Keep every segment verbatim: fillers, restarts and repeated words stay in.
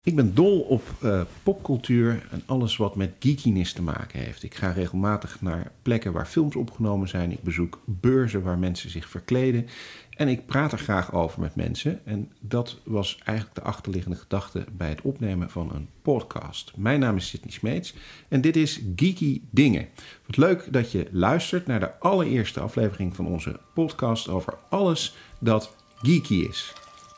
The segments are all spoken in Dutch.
Ik ben dol op uh, popcultuur en alles wat met geekiness te maken heeft. Ik ga regelmatig naar plekken waar films opgenomen zijn. Ik bezoek beurzen waar mensen zich verkleden. En ik praat er graag over met mensen. En dat was eigenlijk de achterliggende gedachte bij het opnemen van een podcast. Mijn naam is Sidney Smeets en dit is Geeky Dingen. Wat leuk dat je luistert naar de allereerste aflevering van onze podcast over alles dat geeky is.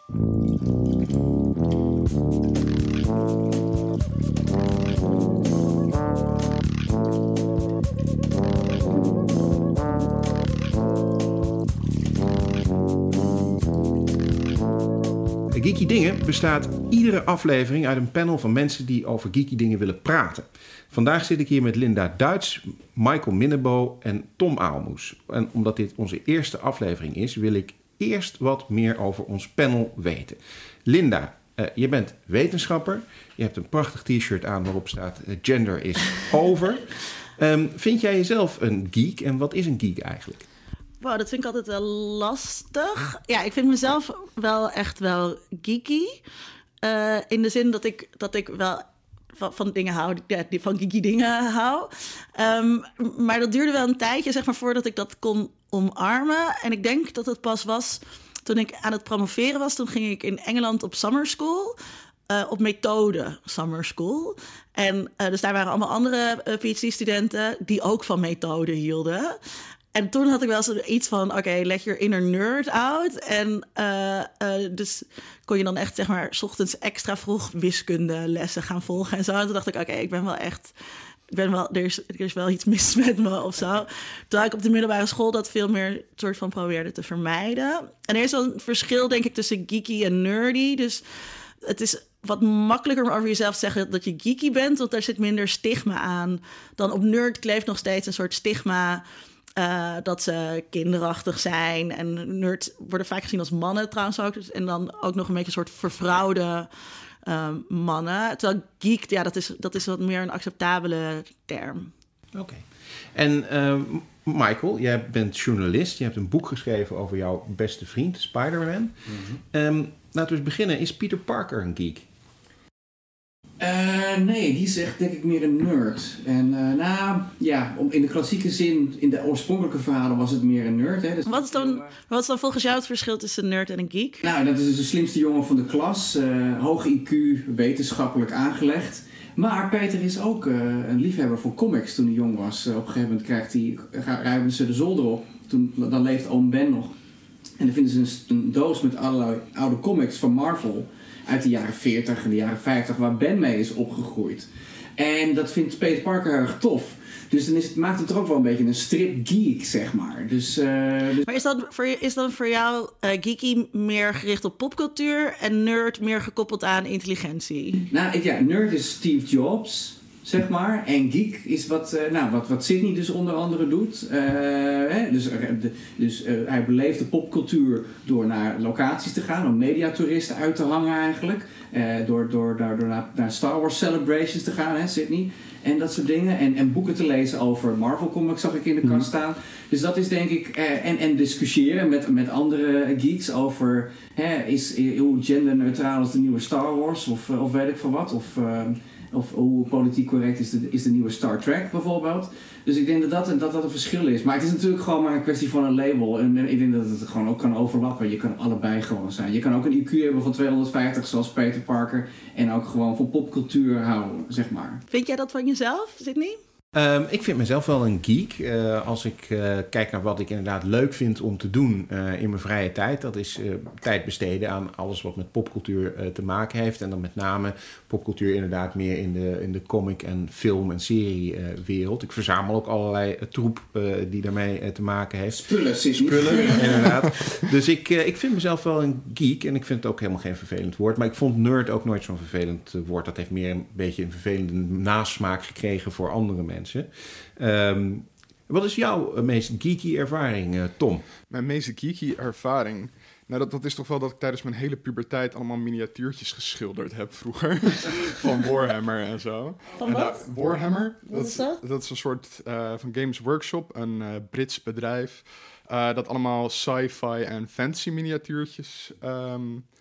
Geeky Dingen bestaat iedere aflevering uit een panel van mensen die over geeky dingen willen praten. Vandaag zit ik hier met Linda Duits, Michael Minnebo en Tom Aalmoes. En omdat dit onze eerste aflevering is, wil ik eerst wat meer over ons panel weten. Linda, uh, je bent wetenschapper. Je hebt een prachtig t-shirt aan waarop staat uh, gender is over. Um, vind jij jezelf een geek en wat is een geek eigenlijk? Wow, dat vind ik altijd wel lastig. Ja, ik vind mezelf wel echt wel geeky. Uh, in de zin dat ik, dat ik wel van, van dingen hou, ja, van geeky dingen hou. Um, maar dat duurde wel een tijdje, zeg maar, voordat ik dat kon omarmen. En ik denk dat het pas was toen ik aan het promoveren was. Toen ging ik in Engeland op summer school. Uh, op methode summer school. En uh, dus daar waren allemaal andere uh, PhD-studenten die ook van methode hielden. En toen had ik wel zoiets van, oké, okay, let your inner nerd out. En uh, uh, dus kon je dan echt, zeg maar, 's ochtends extra vroeg wiskundelessen gaan volgen en zo. En toen dacht ik, oké, okay, ik ben wel echt, ik ben wel, er is, er is wel iets mis met me of zo. Terwijl ik op de middelbare school dat veel meer soort van probeerde te vermijden. En er is wel een verschil, denk ik, tussen geeky en nerdy. Dus het is wat makkelijker om over jezelf te zeggen dat je geeky bent, want daar zit minder stigma aan. Dan op nerd kleeft nog steeds een soort stigma. Uh, dat ze kinderachtig zijn. En nerds worden vaak gezien als mannen trouwens ook. En dan ook nog een beetje een soort vervrouwde uh, mannen. Terwijl geek, ja, dat is, dat is wat meer een acceptabele term. Oké. Okay. En uh, Michael, jij bent journalist. Je hebt een boek geschreven over jouw beste vriend, Spider-Man. Mm-hmm. Um, laten we eens beginnen. Is Peter Parker een geek? Uh, nee, die is echt denk ik meer een nerd. En uh, nou, ja, om, in de klassieke zin, in de oorspronkelijke verhalen was het meer een nerd. Hè. Dus wat, is dan, wat is dan volgens jou het verschil tussen een nerd en een geek? Nou, dat is dus de slimste jongen van de klas. Uh, hoog I Q, wetenschappelijk aangelegd. Maar Peter is ook uh, een liefhebber voor comics toen hij jong was. Uh, op een gegeven moment krijgt hij, ruimen ze de zolder op. Toen, dan leeft oom Ben nog. En dan vinden ze een, een doos met allerlei oude comics van Marvel uit de jaren veertig en de jaren vijftig, waar Ben mee is opgegroeid. En dat vindt Peter Parker heel erg tof. Dus dan is het, maakt het er ook wel een beetje een stripgeek, zeg maar. Dus, uh, dus... Maar is dan voor, is dan voor jou uh, geeky meer gericht op popcultuur en nerd meer gekoppeld aan intelligentie? Nou ja, nerd is Steve Jobs, zeg maar. En geek is wat, uh, nou, wat, wat Sidney dus onder andere doet. Uh, hè? Dus, uh, de, dus uh, hij beleeft de popcultuur door naar locaties te gaan, om mediatoeristen uit te hangen eigenlijk. Uh, door door, door, door naar, naar Star Wars celebrations te gaan, hè, Sidney. En dat soort dingen. En, en boeken te lezen over Marvel comics zag ik in de kast mm. staan. Dus dat is denk ik... Uh, en, en discussiëren met, met andere geeks over... Hè, is, hoe genderneutraal is de nieuwe Star Wars? Of, of weet ik veel wat. Of... Uh, Of hoe politiek correct is de, is de nieuwe Star Trek bijvoorbeeld. Dus ik denk dat dat, dat dat een verschil is. Maar het is natuurlijk gewoon maar een kwestie van een label. En, en ik denk dat het gewoon ook kan overlappen. Je kan allebei gewoon zijn. Je kan ook een I Q hebben van tweehonderdvijftig zoals Peter Parker. En ook gewoon van popcultuur houden, zeg maar. Vind jij dat van jezelf, Sidney? Um, ik vind mezelf wel een geek. Uh, als ik uh, kijk naar wat ik inderdaad leuk vind om te doen uh, in mijn vrije tijd. Dat is uh, tijd besteden aan alles wat met popcultuur uh, te maken heeft. En dan met name popcultuur inderdaad meer in de, in de comic en film en serie uh, wereld. Ik verzamel ook allerlei uh, troep uh, die daarmee uh, te maken heeft. Spullen, Spullen, inderdaad. Dus ik, uh, ik vind mezelf wel een geek. En ik vind het ook helemaal geen vervelend woord. Maar ik vond nerd ook nooit zo'n vervelend uh, woord. Dat heeft meer een beetje een vervelende nasmaak gekregen voor andere mensen. Um, wat is jouw meest geeky ervaring, uh, Tom? Mijn meest geeky ervaring? Nou, dat, dat is toch wel dat ik tijdens mijn hele puberteit allemaal miniatuurtjes geschilderd heb vroeger. Van Warhammer en zo. Van wat? En, uh, Warhammer. Wat dat, is dat? Dat is een soort uh, van Games Workshop, een uh, Brits bedrijf. Uh, dat allemaal sci-fi en fantasy miniatuurtjes um,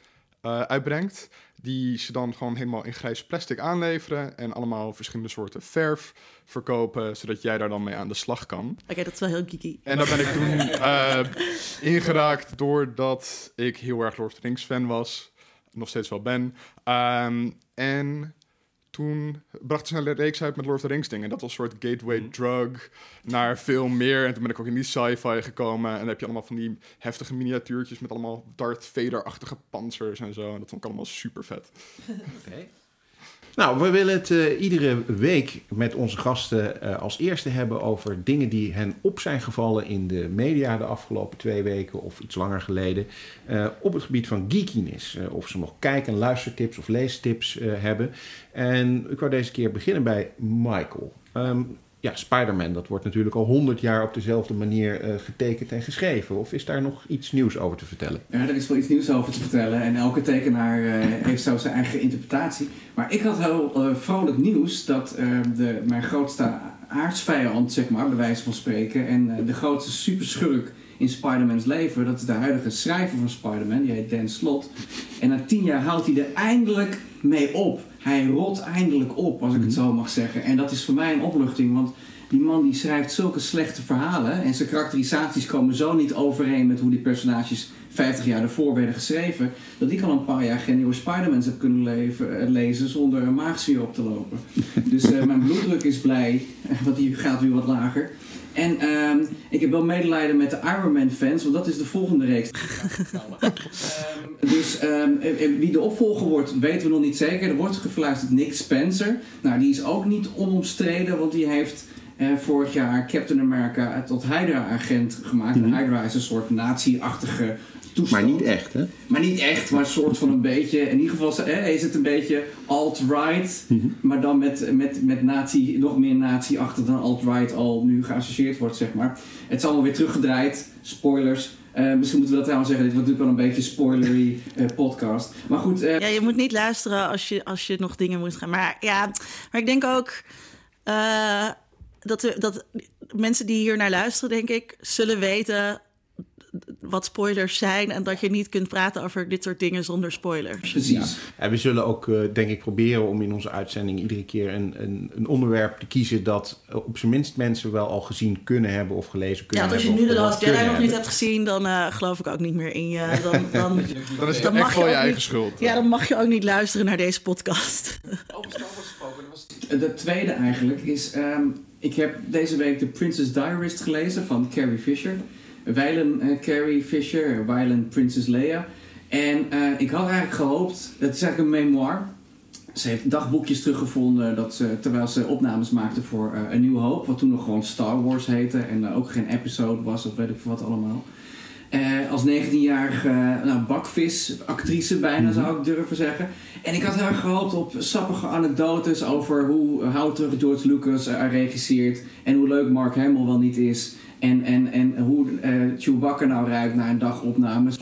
uh, uitbrengt. Die ze dan gewoon helemaal in grijs plastic aanleveren. En allemaal verschillende soorten verf verkopen. Zodat jij daar dan mee aan de slag kan. Oké, okay, dat is wel heel geeky. En daar ben ik toen uh, ingeraakt doordat ik heel erg Lord of the Rings fan was. Nog steeds wel ben. Um, en toen brachten ze een reeks uit met Lord of the Rings dingen. Dat was een soort gateway mm. drug naar veel meer. En toen ben ik ook in die sci-fi gekomen. En dan heb je allemaal van die heftige miniatuurtjes met allemaal Darth Vader-achtige panzers en zo. En dat vond ik allemaal super vet. Oké. Okay. Nou, we willen het uh, iedere week met onze gasten uh, als eerste hebben over dingen die hen op zijn gevallen in de media de afgelopen twee weken of iets langer geleden. Uh, op het gebied van geekiness. Uh, of ze nog kijk- en luistertips of leestips uh, hebben. En ik wou deze keer beginnen bij Michael. Um, ja, Spider-Man, dat wordt natuurlijk al honderd jaar op dezelfde manier uh, getekend en geschreven. Of is daar nog iets nieuws over te vertellen? Ja, er is wel iets nieuws over te vertellen. En elke tekenaar uh, heeft zo zijn eigen interpretatie. Maar ik had heel uh, vrolijk nieuws dat uh, de, mijn grootste aardsvijand, zeg maar, bij wijze van spreken, en uh, de grootste superschurk in Spider-Man's leven, dat is de huidige schrijver van Spider-Man, die heet Dan Slott. En na tien jaar houdt hij er eindelijk mee op. Hij rot eindelijk op, als ik het zo mag zeggen. En dat is voor mij een opluchting, want die man die schrijft zulke slechte verhalen en zijn karakterisaties komen zo niet overeen met hoe die personages vijftig jaar daarvoor werden geschreven, dat ik al een paar jaar geen nieuwe Spider-Mans heb kunnen leven, lezen zonder een maagzuur op te lopen. Dus uh, mijn bloeddruk is blij, want die gaat weer wat lager. En um, ik heb wel medelijden met de Iron Man fans, want dat is de volgende reeks. um, dus um, wie de opvolger wordt, weten we nog niet zeker. Er wordt gefluisterd Nick Spencer. Nou, die is ook niet onomstreden, want die heeft uh, vorig jaar Captain America tot Hydra-agent gemaakt. Mm-hmm. En Hydra is een soort nazi-achtige toestand. Maar niet echt, hè? Maar niet echt, maar een soort van een beetje. In ieder geval eh, is het een beetje alt-right, mm-hmm. maar dan met, met, met nazi, nog meer nazi-achtig dan alt-right al nu geassocieerd wordt, zeg maar. Het is allemaal weer teruggedraaid. Spoilers. Uh, misschien moeten we dat trouwens zeggen. Dit wordt natuurlijk wel een beetje spoilery uh, podcast. Maar goed. Uh... Ja, je moet niet luisteren als je, als je nog dingen moet gaan. Maar ja, maar ik denk ook uh, dat, er, dat mensen die hier naar luisteren, denk ik, zullen weten wat spoilers zijn en dat je niet kunt praten over dit soort dingen zonder spoilers. Precies. Ja. En we zullen ook, uh, denk ik, proberen om in onze uitzending iedere keer een, een, een onderwerp te kiezen dat uh, op zijn minst mensen wel al gezien kunnen hebben of gelezen kunnen ja, hebben. Ja, als je nu de Last Jedi nog hebben. niet hebt gezien, dan uh, geloof ik ook niet meer in je. Dan, dan, dan is het dan echt wel je eigen niet, schuld. Ja, dan mag je ook niet luisteren naar deze podcast. Over Star Wars gesproken, was de tweede eigenlijk is, um, ik heb deze week The Princess Diarist gelezen van Carrie Fisher. Wijlen uh, Carrie Fisher, Wijlen Princess Leia. En uh, ik had eigenlijk gehoopt, het is eigenlijk een memoir. Ze heeft dagboekjes teruggevonden dat ze, terwijl ze opnames maakte voor uh, Een Nieuwe Hoop, wat toen nog gewoon Star Wars heette en uh, ook geen episode was of weet ik wat allemaal. Uh, als negentienjarige uh, nou, bakvisactrice bijna zou ik durven zeggen. En ik had heel erg gehoopt op sappige anekdotes over hoe houterig George Lucas uh, regisseert en hoe leuk Mark Hamill wel niet is. En, en, en hoe uh, Chewbacca nou ruikt na een dag opnames.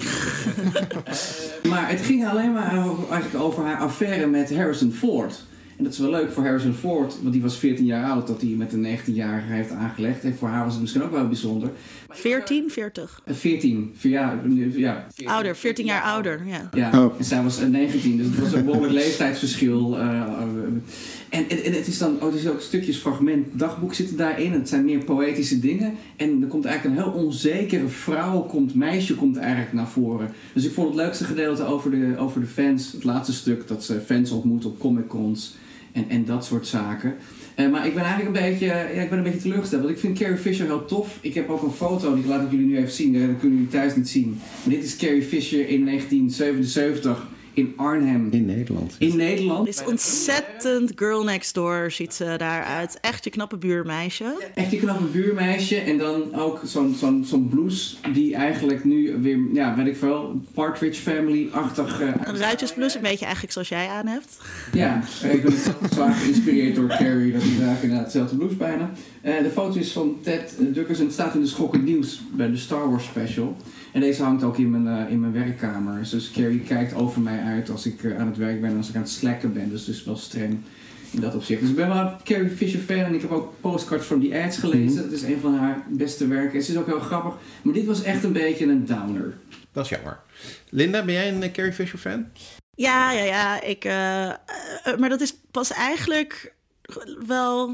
uh, maar het ging alleen maar eigenlijk over haar affaire met Harrison Ford. En dat is wel leuk voor Harrison Ford, want die was veertien jaar oud dat hij met een negentienjarige heeft aangelegd. En voor haar was het misschien ook wel bijzonder. veertien, veertig? veertien, ja. ja ouder, veertien jaar ouder, ja. Ja, oh. En zij was negentien, dus het was een behoorlijk leeftijdsverschil. Uh, en, en, en het is dan, oh, er is ook stukjes fragment, dagboek zitten daarin. Het zijn meer poëtische dingen. En er komt eigenlijk een heel onzekere vrouw, komt, meisje komt eigenlijk naar voren. Dus ik vond het leukste gedeelte over de, over de fans, het laatste stuk, dat ze fans ontmoet op Comic-Cons. En, en dat soort zaken. Uh, maar ik ben eigenlijk een beetje, ja, ik ben een beetje teleurgesteld. Want ik vind Carrie Fisher heel tof. Ik heb ook een foto, die laat ik jullie nu even zien. Dat kunnen jullie thuis niet zien. Maar dit is Carrie Fisher in negentien zevenenzeventig in Arnhem. In Nederland. In Nederland. Het is ontzettend girl next door ziet ze daaruit. Echt je knappe buurmeisje. Ja, echt je knappe buurmeisje. En dan ook zo'n, zo'n, zo'n blouse die eigenlijk nu weer, ja, weet ik veel, Partridge Family-achtig... Uh, een ruitjesblouse, een beetje eigenlijk zoals jij aan hebt. Ja, ik ben zwaar geïnspireerd door Carrie. Dat ik draag inderdaad hetzelfde blouse bijna. Uh, de foto is van Ted Duckers en het staat in de Schokkend Nieuws bij de Star Wars special. En deze hangt ook in mijn, uh, in mijn werkkamer. Dus Carrie kijkt over mij uit als ik uh, aan het werk ben en als ik aan het slacken ben. Dus dus wel streng in dat opzicht. Dus ik ben wel een Carrie Fisher fan en ik heb ook Postcards from the Edge gelezen. Mm-hmm. Dat is een van haar beste werken. Het is ook heel grappig, maar dit was echt een beetje een downer. Dat is jammer. Linda, ben jij een uh, Carrie Fisher fan? Ja, ja, ja. Ik, uh, uh, maar dat is pas eigenlijk wel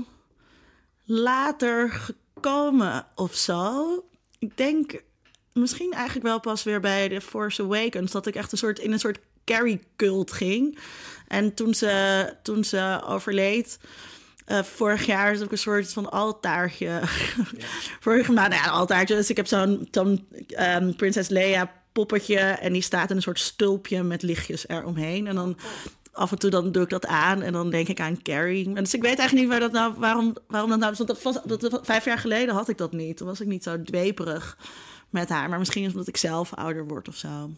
later gekomen of zo. Ik denk misschien eigenlijk wel pas weer bij The Force Awakens dat ik echt een soort in een soort Carrie-cult ging. En toen ze, toen ze overleed, uh, vorig jaar is ook een soort van altaartje. Ja. Vorige maand, nou ja, een altaartje. Dus ik heb zo'n, zo'n um, Prinses Leia poppetje en die staat in een soort stulpje met lichtjes eromheen. En dan af en toe dan doe ik dat aan en dan denk ik aan Carrie. En dus ik weet eigenlijk niet waar dat nou, waarom, waarom dat nou is. Want dat was, dat, dat, vijf jaar geleden had ik dat niet. Toen was ik niet zo dweperig met haar. Maar misschien is het omdat ik zelf ouder word of zo. Ja,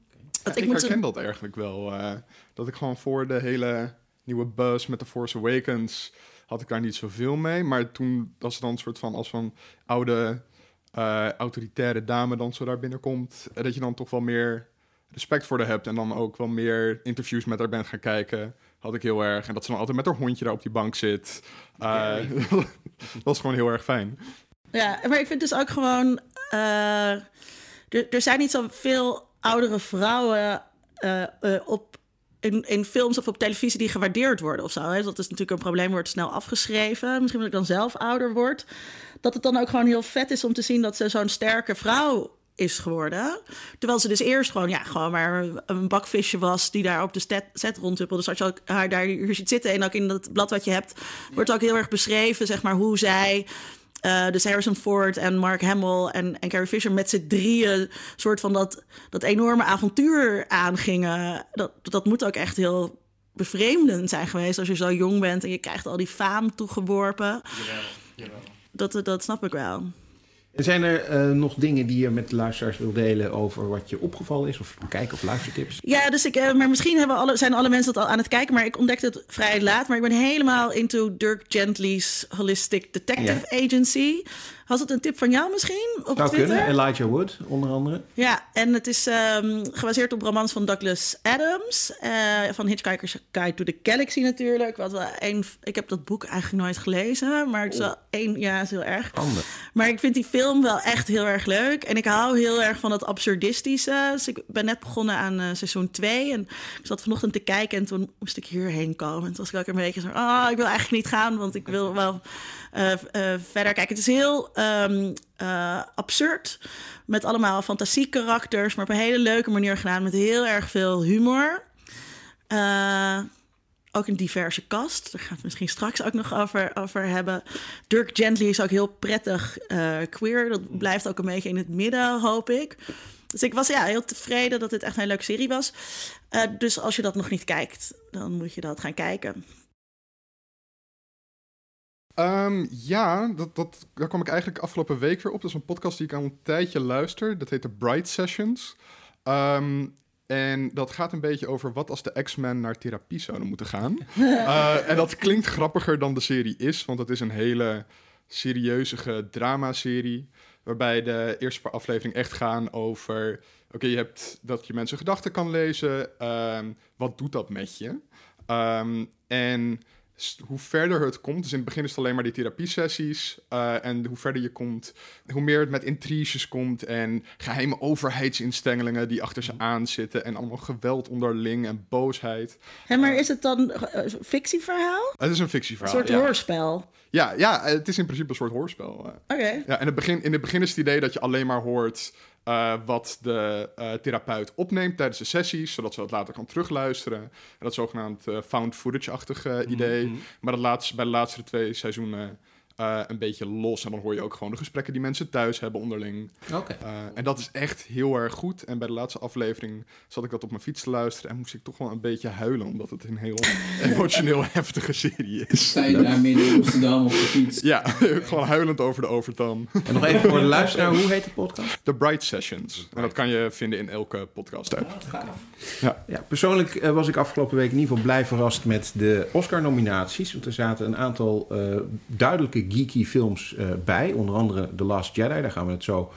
ik ik moet herken een... dat eigenlijk wel. Uh, dat ik gewoon voor de hele nieuwe buzz met The Force Awakens had ik daar niet zoveel mee. Maar toen was het dan een soort van als van oude uh, autoritaire dame dan zo daar binnenkomt. Dat je dan toch wel meer respect voor haar hebt. En dan ook wel meer interviews met haar bent gaan kijken. Had ik heel erg. En dat ze dan altijd met haar hondje daar op die bank zit. Uh, dat was gewoon heel erg fijn. Ja, maar ik vind dus ook gewoon... Uh, er, er zijn niet zoveel oudere vrouwen uh, uh, op, in, in films of op televisie die gewaardeerd worden of zo. Hè? Dat is natuurlijk een probleem, wordt snel afgeschreven. Misschien omdat ik dan zelf ouder word. Dat het dan ook gewoon heel vet is om te zien dat ze zo'n sterke vrouw is geworden. Terwijl ze dus eerst gewoon, ja, gewoon maar een bakvisje was die daar op de set, set rondhuppelde. Dus als je ook haar daar hier ziet zitten en ook in dat blad wat je hebt, wordt ook heel erg beschreven, zeg maar, hoe zij... Uh, dus Harrison Ford en Mark Hamill en, en Carrie Fisher met z'n drieën soort van dat, dat enorme avontuur aangingen. Dat, dat moet ook echt heel bevreemdend zijn geweest als je zo jong bent en je krijgt al die faam toegeworpen. Jawel, jawel. Dat, dat snap ik wel. Zijn er uh, nog dingen die je met de luisteraars wil delen over wat je opgevallen is? Of kijk- of luistertips? Ja, dus ik, uh, maar misschien hebben alle, zijn alle mensen dat al aan het kijken. Maar ik ontdekte het vrij laat. Maar ik ben helemaal into Dirk Gently's Holistic Detective ja. Agency. Was het een tip van jou misschien op Zou Twitter? Kunnen, Elijah Wood onder andere. Ja, en het is um, gebaseerd op romans van Douglas Adams. Uh, van Hitchhiker's Guide to the Galaxy natuurlijk. Wat wel een, ik heb dat boek eigenlijk nooit gelezen. Maar het is wel één, ja, is heel erg. Ander. Maar ik vind die film wel echt heel erg leuk. En ik hou heel erg van het absurdistische. Dus ik ben net begonnen aan uh, seizoen twee. En ik zat vanochtend te kijken en toen moest ik hierheen komen. En toen was ik ook een beetje zo... Oh, ik wil eigenlijk niet gaan, want ik wil wel uh, uh, verder kijken. Het is heel... Um, uh, absurd, met allemaal fantasiekarakters, maar op een hele leuke manier gedaan, met heel erg veel humor. Uh, ook een diverse cast, daar gaan we het misschien straks ook nog over, over hebben. Dirk Gently is ook heel prettig uh, queer, dat blijft ook een beetje in het midden, hoop ik. Dus ik was ja, heel tevreden dat dit echt een leuke serie was. Uh, dus als je dat nog niet kijkt, dan moet je dat gaan kijken. Um, ja, dat, dat, daar kwam ik eigenlijk afgelopen week weer op. Dat is een podcast die ik al een tijdje luister. Dat heet The Bright Sessions. Um, en dat gaat een beetje over wat als de X-Men naar therapie zouden moeten gaan. uh, en dat klinkt grappiger dan de serie is, want het is een hele serieuze dramaserie, waarbij de eerste paar afleveringen echt gaan over... Oké, okay, je hebt dat je mensen gedachten kan lezen. Um, wat doet dat met je? Um, en... hoe verder het komt, dus in het begin is het alleen maar die therapiesessies, uh, en hoe verder je komt, hoe meer het met intriges komt en geheime overheidsinstellingen die achter ze aan zitten en allemaal geweld onderling en boosheid. Hé, maar is het dan een fictieverhaal? Het is een fictieverhaal, Een soort ja. hoorspel? Ja, ja, het is in principe een soort hoorspel. Oké. Okay. Ja, in het begin, in het begin is het idee dat je alleen maar hoort Uh, wat de uh, therapeut opneemt tijdens de sessies, zodat ze dat later kan terugluisteren. En dat zogenaamd uh, found footage-achtig uh, idee. Mm-hmm. Maar dat laat bij de laatste twee seizoenen uh, een beetje los. En dan hoor je ook gewoon de gesprekken die mensen thuis hebben onderling. Okay. Uh, en dat is echt heel erg goed. En bij de laatste aflevering zat ik dat op mijn fiets te luisteren en moest ik toch wel een beetje huilen, omdat het een heel emotioneel heftige serie is. Sta je daar midden in Amsterdam op de fiets? Ja, gewoon huilend over de Overtoom. En nog even voor de luisteraar, hoe heet de podcast? The Bright Sessions. En dat kan je vinden in elke podcast app. Oh, gaaf. Ja. Ja, persoonlijk uh, was ik afgelopen week in ieder geval blij verrast met de Oscar-nominaties. Want er zaten een aantal uh, duidelijke geeky films uh, bij. Onder andere The Last Jedi, daar gaan we het zo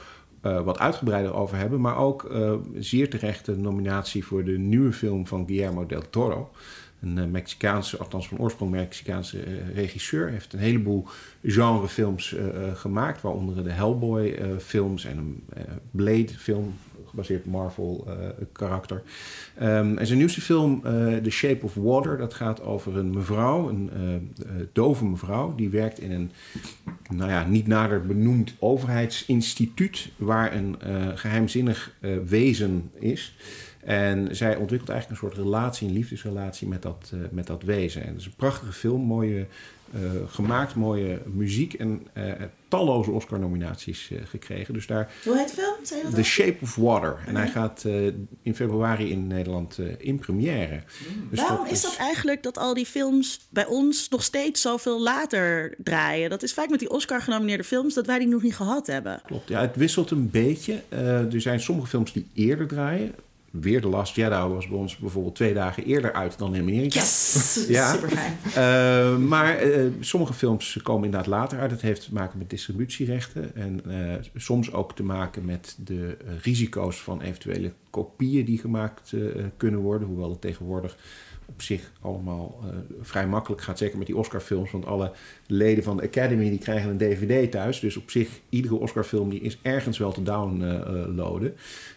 uh, wat uitgebreider over hebben. Maar ook uh, zeer terecht de nominatie voor de nieuwe film van Guillermo del Toro. Een uh, Mexicaanse, althans van oorsprong Mexicaanse uh, regisseur. Hij heeft een heleboel genrefilms uh, uh, gemaakt. Waaronder de Hellboy uh, films en een uh, Blade film. Gebaseerd op Marvel uh, karakter. Um, en zijn nieuwste film, uh, The Shape of Water, dat gaat over een mevrouw, een uh, uh, dove mevrouw, die werkt in een, nou ja, niet nader benoemd overheidsinstituut, waar een uh, geheimzinnig uh, wezen is. En zij ontwikkelt eigenlijk een soort relatie, een liefdesrelatie met dat, uh, met dat wezen. En het is een prachtige film, mooie uh, gemaakt, mooie muziek en uh, talloze Oscar-nominaties uh, gekregen. Dus daar, hoe heet de film? Zei je dat The al? Shape of Water. En Okay. hij gaat uh, in februari in Nederland uh, in première. Mm. Dus Waarom dat is dat eigenlijk dat al die films bij ons nog steeds zoveel later draaien? Dat is vaak met die Oscar-genomineerde films dat wij die nog niet gehad hebben. Klopt, ja, het wisselt een beetje. Uh, er zijn sommige films die eerder draaien. Weer The Last Jedi was bij ons bijvoorbeeld twee dagen eerder uit dan in Amerika. Yes! Ja. Super fijn. Uh, maar uh, sommige films komen inderdaad later uit. Het heeft te maken met distributierechten. En uh, soms ook te maken met de uh, risico's van eventuele kopieën die gemaakt uh, kunnen worden. Hoewel het tegenwoordig op zich allemaal uh, vrij makkelijk gaat. Zeker met die Oscarfilms. Want alle leden van de Academy die krijgen een D V D thuis. Dus op zich, iedere Oscarfilm die is ergens wel te downloaden.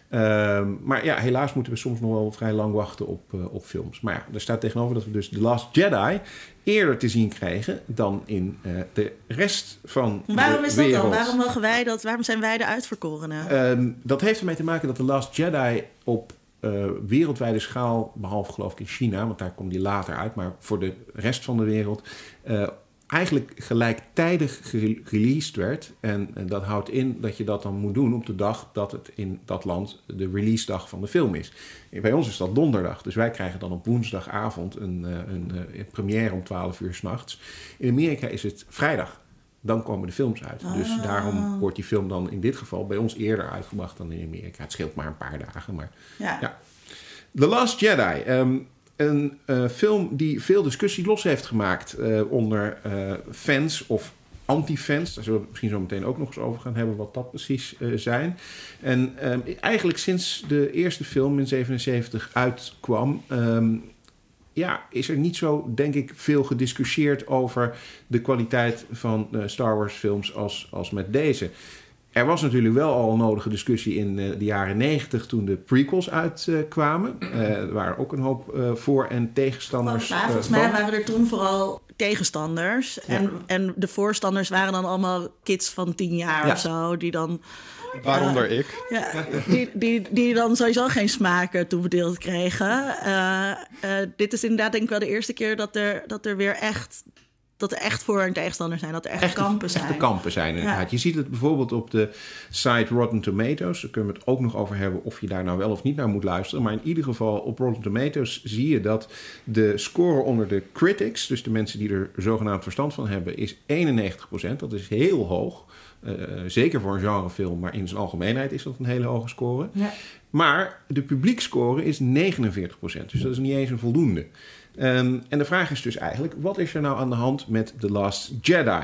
Uh, maar ja, helaas moeten we soms nog wel vrij lang wachten op, uh, op films. Maar ja, er staat tegenover dat we dus The Last Jedi eerder te zien krijgen dan in uh, de rest van Waarom de is dat wereld. dan? Waarom mogen wij dat? Waarom zijn wij de uitverkorenen? Um, dat heeft ermee te maken dat The Last Jedi op uh, wereldwijde schaal, behalve geloof ik in China, want daar komt die later uit, maar voor de rest van de wereld uh, eigenlijk gelijktijdig gereleased werd. En, en dat houdt in dat je dat dan moet doen op de dag dat het in dat land de release dag van de film is. Bij ons is dat donderdag, dus wij krijgen dan op woensdagavond een, een, een première om twaalf uur 's nachts. In Amerika is het vrijdag. Dan komen de films uit. Ah. Dus daarom wordt die film dan in dit geval bij ons eerder uitgebracht dan in Amerika. Het scheelt maar een paar dagen, maar Ja. ja. The Last Jedi. Um, Een uh, film die veel discussie los heeft gemaakt uh, onder uh, fans of anti-fans. Daar zullen we misschien zo meteen ook nog eens over gaan hebben wat dat precies uh, zijn. En um, eigenlijk sinds de eerste film in zevenenzeventig uitkwam, Um, ja, is er niet zo, denk ik, veel gediscussieerd over de kwaliteit van uh, Star Wars films als, als met deze. Er was natuurlijk wel al een nodige discussie in uh, de jaren negentig toen de prequels uitkwamen. Uh, uh, er waren ook een hoop uh, voor- en tegenstanders. Maar volgens uh, mij van. waren er toen vooral tegenstanders. Ja. En, en de voorstanders waren dan allemaal kids van tien jaar Ja. of zo. Die dan, Waaronder ik. ja, die, die, die dan sowieso geen smaken toebedeeld kregen. Uh, uh, dit is inderdaad denk ik wel de eerste keer dat er, dat er weer echt... dat er echt voor- en tegenstanders zijn. Dat er echt Echte, kampen zijn. echte kampen zijn inderdaad. Ja. Je ziet het bijvoorbeeld op de site Rotten Tomatoes. Daar kunnen we het ook nog over hebben of je daar nou wel of niet naar moet luisteren. Maar in ieder geval op Rotten Tomatoes zie je dat de score onder de critics, dus de mensen die er zogenaamd verstand van hebben, is eenennegentig procent. Dat is heel hoog. Uh, zeker voor een genrefilm, maar in zijn algemeenheid is dat een hele hoge score. Ja. Maar de publiekscore is negenenveertig procent. Dus dat is niet eens een voldoende. Um, en de vraag is dus eigenlijk, wat is er nou aan de hand met The Last Jedi?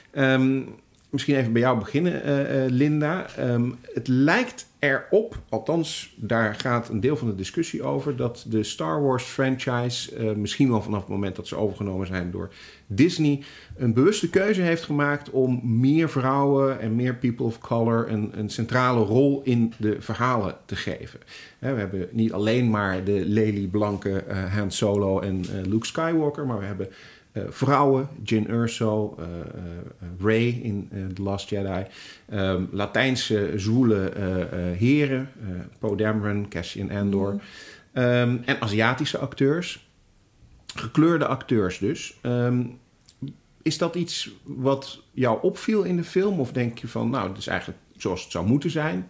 Um, misschien even bij jou beginnen, uh, uh, Linda. Um, het lijkt erop, althans daar gaat een deel van de discussie over, dat de Star Wars franchise, uh, misschien wel vanaf het moment dat ze overgenomen zijn door Disney, een bewuste keuze heeft gemaakt om meer vrouwen en meer people of color een, een centrale rol in de verhalen te geven. He, we hebben niet alleen maar de lelieblanke uh, Han Solo en uh, Luke Skywalker, maar we hebben Uh, vrouwen, Jyn Erso, uh, uh, Rey in uh, The Last Jedi. Um, Latijnse zwoele uh, uh, heren, uh, Poe Dameron, Cassian Andor. Mm. Um, en Aziatische acteurs. Gekleurde acteurs dus. Um, is dat iets wat jou opviel in de film? Of denk je van, nou, het is eigenlijk zoals het zou moeten zijn?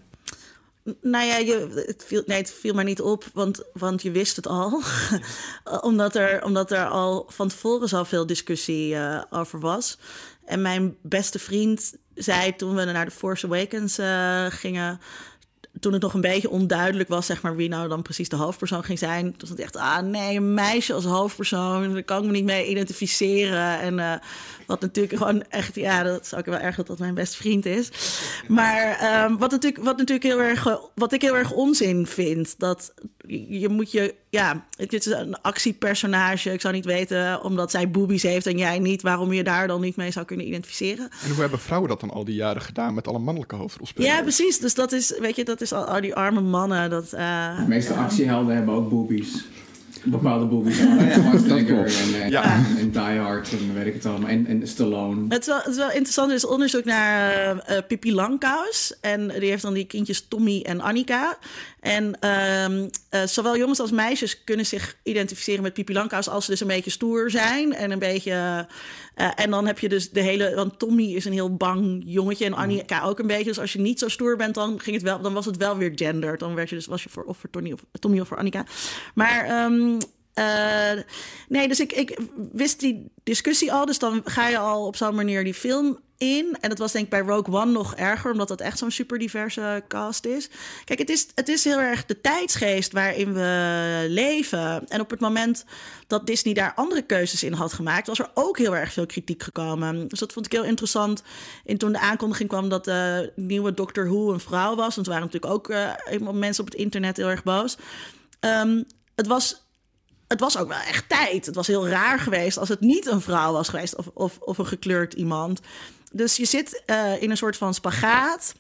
Nou ja, je, het, viel, nee, het viel maar niet op, want, want je wist het al. omdat, er, omdat er al van tevoren zoveel discussie uh, over was. En mijn beste vriend zei toen we naar The Force Awakens uh, gingen, toen het nog een beetje onduidelijk was, zeg maar, wie nou dan precies de hoofdpersoon ging zijn. Toen was het echt, ah nee, een meisje als hoofdpersoon, daar kan ik me niet mee identificeren. En uh, wat natuurlijk gewoon echt, ja, dat is ook wel erg dat dat mijn beste vriend is. Maar um, wat, natuurlijk, wat natuurlijk heel erg, wat ik heel erg onzin vind, dat je moet je, ja, het is een actiepersonage. Ik zou niet weten, omdat zij boobies heeft en jij niet, waarom je daar dan niet mee zou kunnen identificeren. En hoe hebben vrouwen dat dan al die jaren gedaan met alle mannelijke hoofdrolspelers? Ja, precies. Dus dat is, weet je, dat is al, al die arme mannen. Dat, uh, de meeste uh, actiehelden hebben ook boobies. Bepaalde boobies. Schwarzenegger en, en, ja. en, en Die Hard en weet ik het allemaal. En, en Stallone. Het is, wel, het is wel interessant. Er is onderzoek naar uh, uh, Pippi Langkous. En die heeft dan die kindjes Tommy en Annika. En uh, uh, zowel jongens als meisjes kunnen zich identificeren met Pippi Langkous als ze dus een beetje stoer zijn. En een beetje... Uh, en dan heb je dus de hele... Want Tommy is een heel bang jongetje en Annika ook een beetje. Dus als je niet zo stoer bent, dan, ging het wel, dan was het wel weer gendered. Dan werd je dus, was je voor, of voor Tommy of, Tommy of voor Annika. Maar... Um, Uh, nee, dus ik, ik wist die discussie al. Dus dan ga je al op zo'n manier die film in. En dat was denk ik bij Rogue One nog erger, omdat dat echt zo'n super diverse cast is. Kijk, het is, het is heel erg de tijdsgeest waarin we leven. En op het moment dat Disney daar andere keuzes in had gemaakt, was er ook heel erg veel kritiek gekomen. Dus dat vond ik heel interessant. En toen de aankondiging kwam dat de nieuwe Doctor Who een vrouw was, want er waren natuurlijk ook uh, mensen op het internet heel erg boos. Um, het was... Het was ook wel echt tijd. Het was heel raar geweest als het niet een vrouw was geweest of, of, of een gekleurd iemand. Dus je zit uh, in een soort van spagaat.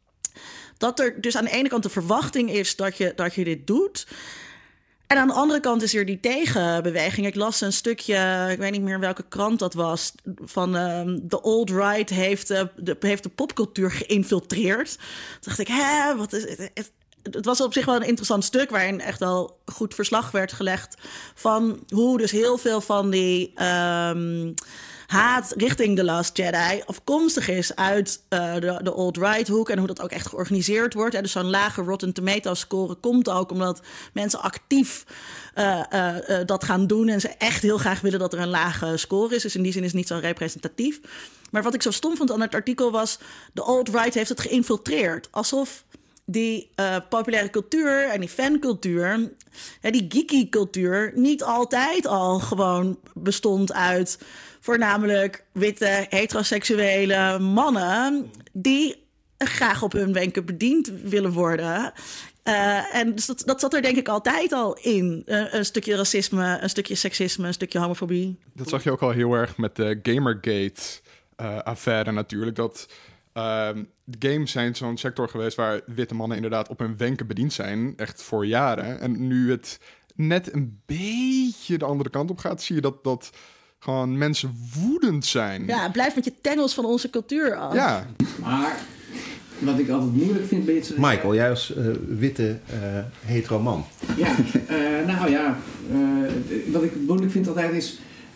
Dat er dus aan de ene kant de verwachting is dat je, dat je dit doet. En aan de andere kant is er die tegenbeweging. Ik las een stukje, ik weet niet meer welke krant dat was, van um, de alt-right heeft, uh, de, heeft de popcultuur geïnfiltreerd. Toen dacht ik, hè, wat is het? het Het was op zich wel een interessant stuk waarin echt wel goed verslag werd gelegd van hoe dus heel veel van die um, haat richting The Last Jedi afkomstig is uit uh, de, de alt-right hoek en hoe dat ook echt georganiseerd wordt. En dus zo'n lage Rotten Tomatoes score komt ook omdat mensen actief uh, uh, uh, dat gaan doen en ze echt heel graag willen dat er een lage score is. Dus in die zin is het niet zo representatief. Maar wat ik zo stom vond aan het artikel was, de alt-right heeft het geïnfiltreerd. Alsof die uh, populaire cultuur en die fancultuur, ja, die geeky cultuur, niet altijd al gewoon bestond uit voornamelijk witte, heteroseksuele mannen die graag op hun wenken bediend willen worden. Uh, en dus dat, dat zat er denk ik altijd al in. Uh, een stukje racisme, een stukje seksisme, een stukje homofobie. Dat zag je ook al heel erg met de Gamergate-affaire uh, natuurlijk, dat... Uh, games zijn zo'n sector geweest waar witte mannen inderdaad op hun wenken bediend zijn, echt voor jaren. En nu het net een beetje de andere kant op gaat, zie je dat, dat gewoon mensen woedend zijn. Ja, blijf met je tengels van onze cultuur af. Ja. Maar wat ik altijd moeilijk vind bij dit soort... Michael, jij als uh, witte uh, hetero man. Ja, uh, nou ja, uh, wat ik moeilijk vind altijd is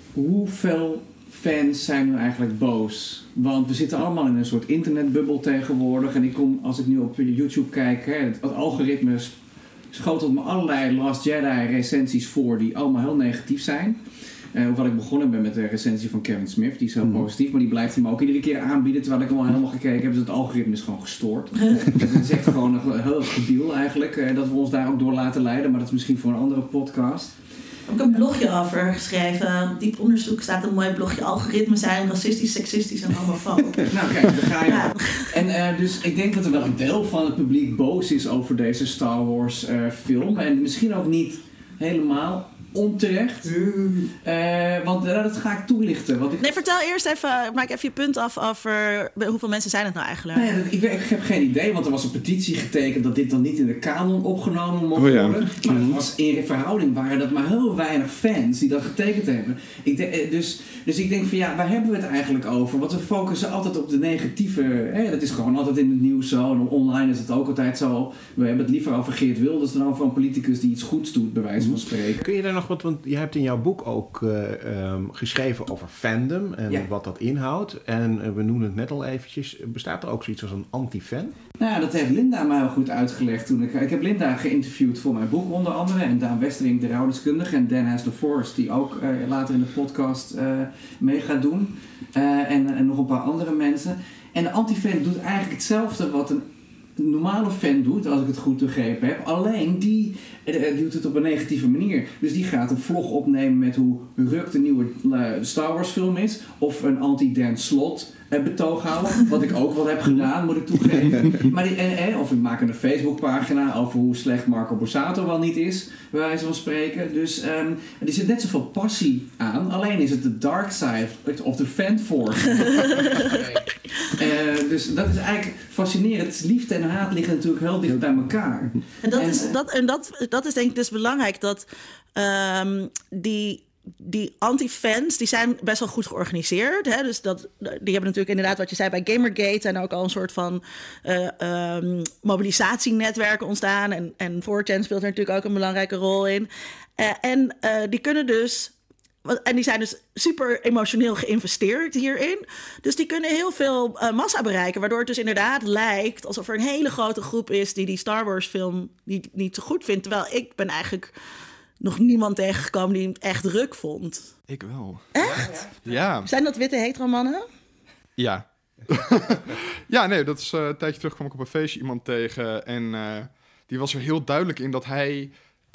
hoeveel fans zijn nu eigenlijk boos. Want we zitten allemaal in een soort internetbubbel tegenwoordig. En ik kom, als ik nu op YouTube kijk, hè, het, het algoritme schotelt me allerlei Last Jedi recensies voor die allemaal heel negatief zijn. Uh, hoewel ik begonnen ben met de recensie van Kevin Smith, die is heel mm. positief, maar die blijft hij me ook iedere keer aanbieden, terwijl ik hem al helemaal gekeken heb. Dus het algoritme is gewoon gestoord. Het is echt gewoon een heel gedeal eigenlijk, uh, dat we ons daar ook door laten leiden, maar dat is misschien voor een andere podcast. Ik heb ook een blogje over geschreven. Diep onderzoek staat een mooi blogje. Algoritmen zijn racistisch, seksistisch en homofoob. Nou kijk, daar ga je. Ja. En uh, dus ik denk dat er wel een deel van het publiek boos is over deze Star Wars uh, film. En misschien ook niet helemaal onterecht. Uh, want uh, dat ga ik toelichten. Want ik... Nee, vertel eerst even, maak even je punt af over hoeveel mensen zijn het nou eigenlijk? Nee, ik, ik heb geen idee, want er was een petitie getekend dat dit dan niet in de kanon opgenomen mocht oh ja. worden. Maar het was in verhouding waren dat maar heel weinig fans die dat getekend hebben. Ik de, dus, dus ik denk van ja, waar hebben we het eigenlijk over? Want we focussen altijd op de negatieve. Hè, dat is gewoon altijd in het nieuws zo. En online is het ook altijd zo. We hebben het liever over Geert Wilders dan over een politicus die iets goeds doet, bij wijze van spreken. Kun je daar nog wat, want je hebt in jouw boek ook uh, um, geschreven over fandom en ja. wat dat inhoudt. En uh, we noemen het net al eventjes. Bestaat er ook zoiets als een anti-fan? Nou ja, dat heeft Linda mij heel goed uitgelegd toen ik... Ik heb Linda geïnterviewd voor mijn boek onder andere. En Daan Westering, de rouwdeskundige. En Dan Hasler Forrest, die ook uh, later in de podcast uh, mee gaat doen. Uh, en, en nog een paar andere mensen. En de anti-fan doet eigenlijk hetzelfde wat een normale fan doet, als ik het goed begrepen heb. Alleen die uh, doet het op een negatieve manier. Dus die gaat een vlog opnemen met hoe ruk de nieuwe uh, Star Wars film is. Of een anti-Dan Slott uh, betoog houden. Wat ik ook wel heb gedaan, moet ik toegeven. Maar die, en, en, of ik maak een Facebookpagina over hoe slecht Marco Borsato wel niet is. Bij wijze van spreken. Dus um, er zit net zoveel passie aan. Alleen is het de dark side of de fan force. uh, dus dat is eigenlijk fascinerend. Liefde en haat liggen natuurlijk heel dicht bij elkaar. En dat, en, is, dat, en dat, dat is denk ik dus belangrijk. Dat um, die... Die anti-fans, die zijn best wel goed georganiseerd. Hè? Dus dat, die hebben natuurlijk inderdaad, wat je zei bij Gamergate... zijn er ook al een soort van uh, um, mobilisatienetwerken ontstaan. En, en four chan speelt er natuurlijk ook een belangrijke rol in. Uh, en uh, die kunnen dus... En die zijn dus super emotioneel geïnvesteerd hierin. Dus die kunnen heel veel uh, massa bereiken. Waardoor het dus inderdaad lijkt alsof er een hele grote groep is... die die Star Wars film niet, niet zo goed vindt. Terwijl ik ben eigenlijk... nog niemand tegengekomen die hem echt ruk vond. Ik wel. Echt? Ja. Zijn dat witte hetero mannen? Ja. ja, nee, dat is uh, een tijdje terug kwam ik op een feestje iemand tegen. En uh, die was er heel duidelijk in dat hij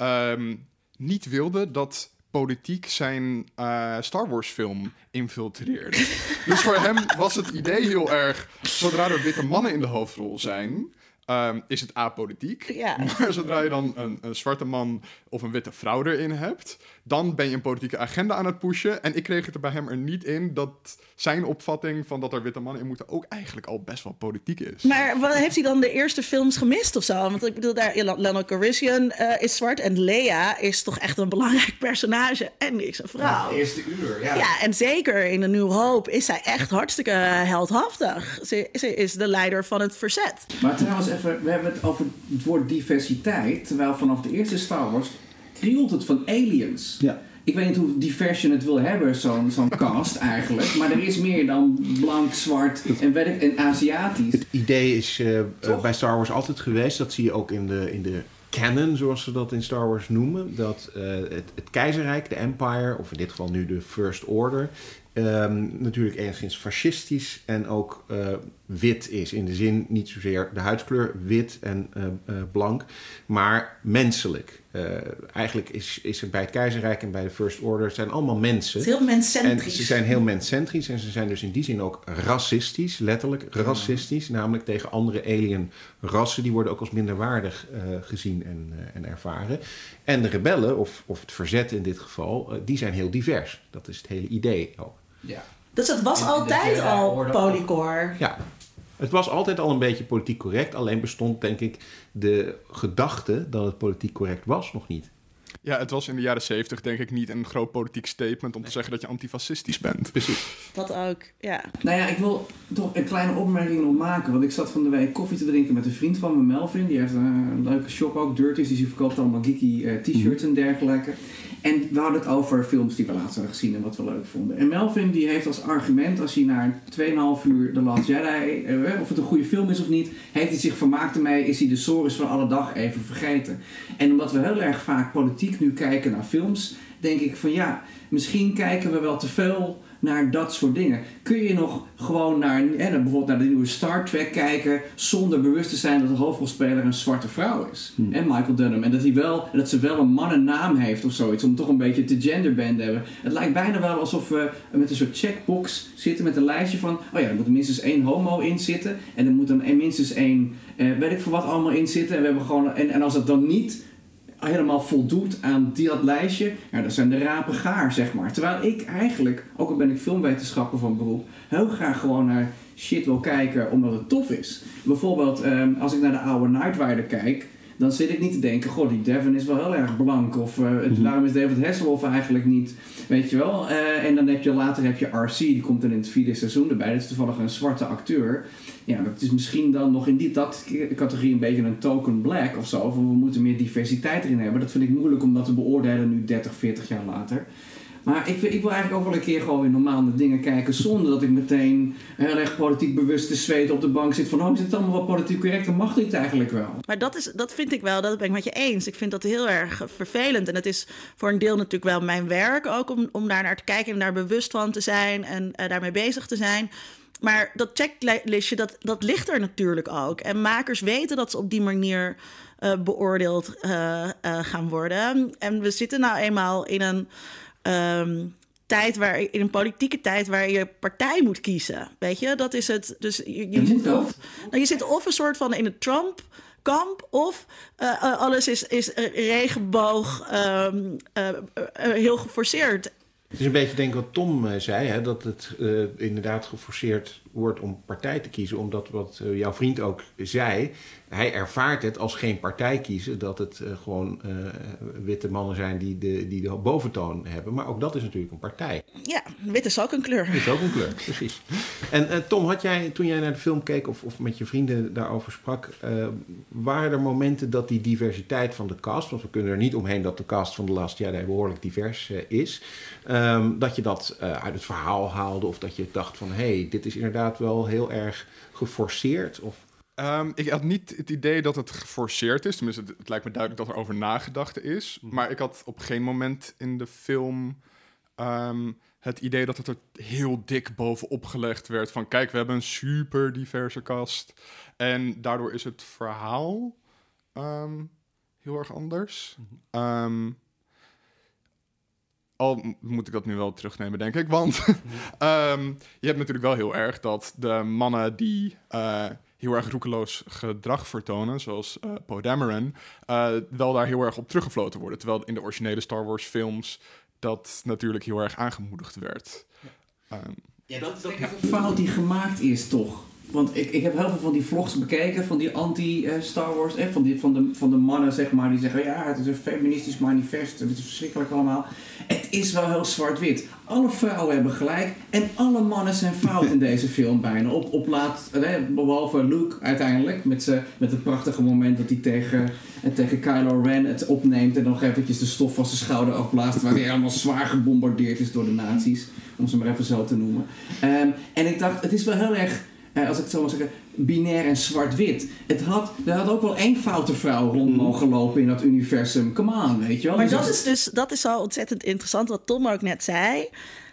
um, niet wilde dat politiek zijn uh, Star Wars film infiltreerde. Dus voor hem was het idee heel erg, zodra er witte mannen in de hoofdrol zijn... Um, is het apolitiek. Ja. Maar zodra je dan een, een zwarte man of een witte vrouw erin hebt... dan ben je een politieke agenda aan het pushen. En ik kreeg het er bij hem er niet in dat zijn opvatting... van dat er witte mannen in moeten ook eigenlijk al best wel politiek is. Maar wat, heeft hij dan de eerste films gemist of zo? Want ik bedoel, daar Lando Calrissian uh, is zwart... en Leia is toch echt een belangrijk personage. En die is een vrouw. Ja, de eerste uur, ja. Ja, en zeker in A New Hope is zij echt hartstikke heldhaftig. Ze, ze is de leider van het verzet. Maar trouwens, even, we hebben het over het woord diversiteit... terwijl vanaf de eerste Star Wars krielt het van aliens. Ja. Ik weet niet hoe divers je het wil hebben, zo'n, zo'n cast eigenlijk... maar er is meer dan blank, zwart en, weet ik, en Aziatisch. Het idee is uh, uh, bij Star Wars altijd geweest... dat zie je ook in de, in de canon, zoals ze dat in Star Wars noemen... dat uh, het, het keizerrijk, de Empire, of in dit geval nu de First Order... Um, natuurlijk enigszins fascistisch en ook uh, wit is. In de zin niet zozeer de huidskleur wit en uh, uh, blank, maar menselijk. Uh, eigenlijk is, is het bij het keizerrijk en bij de First Order zijn allemaal mensen. Het is heel menscentrisch. En ze zijn heel menscentrisch en ze zijn dus in die zin ook racistisch, letterlijk racistisch. Namelijk tegen andere alien rassen. Die worden ook als minderwaardig uh, gezien en, uh, en ervaren. En de rebellen, of, of het verzet in dit geval, uh, die zijn heel divers. Dat is het hele idee ook. Ja. Dus dat was En altijd de al orde- polycore. Ja, het was altijd al een beetje politiek correct. Alleen bestond, denk ik, de gedachte dat het politiek correct was nog niet. Ja, het was in de jaren zeventig denk ik niet een groot politiek statement... om te zeggen dat je antifascistisch bent. Precies. Dat ook, ja. Nou ja, ik wil toch een kleine opmerking nog maken. Want ik zat van de week koffie te drinken met een vriend van me, Melvin. Die heeft een leuke shop ook, Dirties. Die verkoopt allemaal geeky uh, t-shirts en dergelijke. En we hadden het over films die we laatst hadden gezien en wat we leuk vonden. En Melvin die heeft als argument, als hij na twee komma vijf uur The Last Jedi, uh, of het een goede film is of niet, heeft hij zich vermaakt ermee, is hij de sores van alle dag even vergeten. En omdat we heel erg vaak politiek nu kijken naar films, denk ik van ja, misschien kijken we wel te veel naar dat soort dingen. Kun je nog gewoon naar, eh, bijvoorbeeld naar de nieuwe Star Trek kijken zonder bewust te zijn dat de hoofdrolspeler een zwarte vrouw is. Hmm. En Michael Dunham. En dat, hij wel, dat ze wel een mannennaam heeft of zoiets. Om toch een beetje te genderband te hebben. Het lijkt bijna wel alsof we met een soort checkbox zitten met een lijstje van, oh ja, er moet er minstens één homo in zitten. En er moet er minstens één, eh, weet ik voor wat allemaal in zitten. En, we hebben gewoon, en, en als het dan niet helemaal voldoet aan die, dat lijstje, ja, dat zijn de rapen gaar, zeg maar. Terwijl ik eigenlijk, ook al ben ik filmwetenschapper van beroep, heel graag gewoon naar shit wil kijken omdat het tof is. Bijvoorbeeld, eh, als ik naar de oude Knight Rider kijk, dan zit ik niet te denken, goh, die Devon is wel heel erg blank. Of uh, mm-hmm. waarom is David Hasselhoff eigenlijk niet, weet je wel. Uh, en dan heb je later heb je R C, die komt dan in het vierde seizoen erbij. Dat is toevallig een zwarte acteur. Ja, dat is misschien dan nog in die dat categorie een beetje een token black of zo. Van we moeten meer diversiteit erin hebben. Dat vind ik moeilijk om dat te beoordelen nu dertig, veertig jaar later. Maar ik, ik wil eigenlijk ook wel een keer gewoon weer normaal naar dingen kijken, zonder dat ik meteen heel erg politiek bewust te zweten op de bank zit van, oh, is het allemaal wel politiek correct, dan mag dit eigenlijk wel. Maar dat, is, dat vind ik wel, dat ben ik met je eens. Ik vind dat heel erg vervelend. En het is voor een deel natuurlijk wel mijn werk ook om, om daar naar te kijken en daar bewust van te zijn en uh, daarmee bezig te zijn. maar dat checklistje, dat, dat ligt er natuurlijk ook. En makers weten dat ze op die manier uh, beoordeeld uh, uh, gaan worden. En we zitten nou eenmaal in een um, tijd waar, in een politieke tijd waar je partij moet kiezen. Weet je, dat is het. Dus je, je, je, zit, of, nou, je zit of een soort van in het Trump kamp, of uh, uh, alles is, is regenboog um, uh, uh, uh, heel geforceerd. Het is een beetje denk ik wat Tom uh, zei, hè, dat het uh, inderdaad geforceerd wordt om partij te kiezen. Omdat wat uh, jouw vriend ook zei, hij ervaart het als geen partij kiezen. Dat het uh, gewoon uh, witte mannen zijn die de, die de boventoon hebben. Maar ook dat is natuurlijk een partij. Ja, wit is ook een kleur. Wit is ook een kleur, precies. En uh, Tom, had jij toen jij naar de film keek of, of met je vrienden daarover sprak, Uh, waren er momenten dat die diversiteit van de cast, want we kunnen er niet omheen dat de cast van The Last Jedi behoorlijk divers uh, is, Um, dat je dat uh, uit het verhaal haalde of dat je dacht van, hé, hey, dit is inderdaad wel heel erg geforceerd? Of... Um, ik had niet het idee dat het geforceerd is. Tenminste, het, het lijkt me duidelijk dat er over nagedacht is. Mm. Maar ik had op geen moment in de film um, het idee dat het er heel dik bovenop gelegd werd. Van kijk, we hebben een super diverse cast. En daardoor is het verhaal um, heel erg anders. Mm-hmm. Um, Al moet ik dat nu wel terugnemen, denk ik. Want um, je hebt natuurlijk wel heel erg dat de mannen die uh, heel erg roekeloos gedrag vertonen, zoals uh, Poe Dameron, uh, wel daar heel erg op teruggefloten worden. Terwijl in de originele Star Wars films dat natuurlijk heel erg aangemoedigd werd. Ja, um, ja dat is denk ik een fout die gemaakt is, toch? Want ik, ik heb heel veel van die vlogs bekeken, van die anti-Star Wars, eh, van, die, van, de, van de mannen, zeg maar, die zeggen, ja, het is een feministisch manifest, het is verschrikkelijk allemaal. Het is wel heel zwart-wit. Alle vrouwen hebben gelijk en alle mannen zijn fout in deze film bijna. Op, op laat, eh, behalve Luke uiteindelijk, met, z'n, met het prachtige moment dat hij tegen, eh, tegen Kylo Ren het opneemt en nog eventjes de stof van zijn schouder afblaast, waar hij helemaal zwaar gebombardeerd is door de nazi's, om ze maar even zo te noemen. Um, en ik dacht, het is wel heel erg, Uh, als ik het zo mag zeggen, binair en zwart-wit. Het had, er had ook wel één foute vrouw rond mogen lopen in dat universum. Come on, weet je wel. Maar dus dat is dus dat is zo ontzettend interessant, wat Tom ook net zei.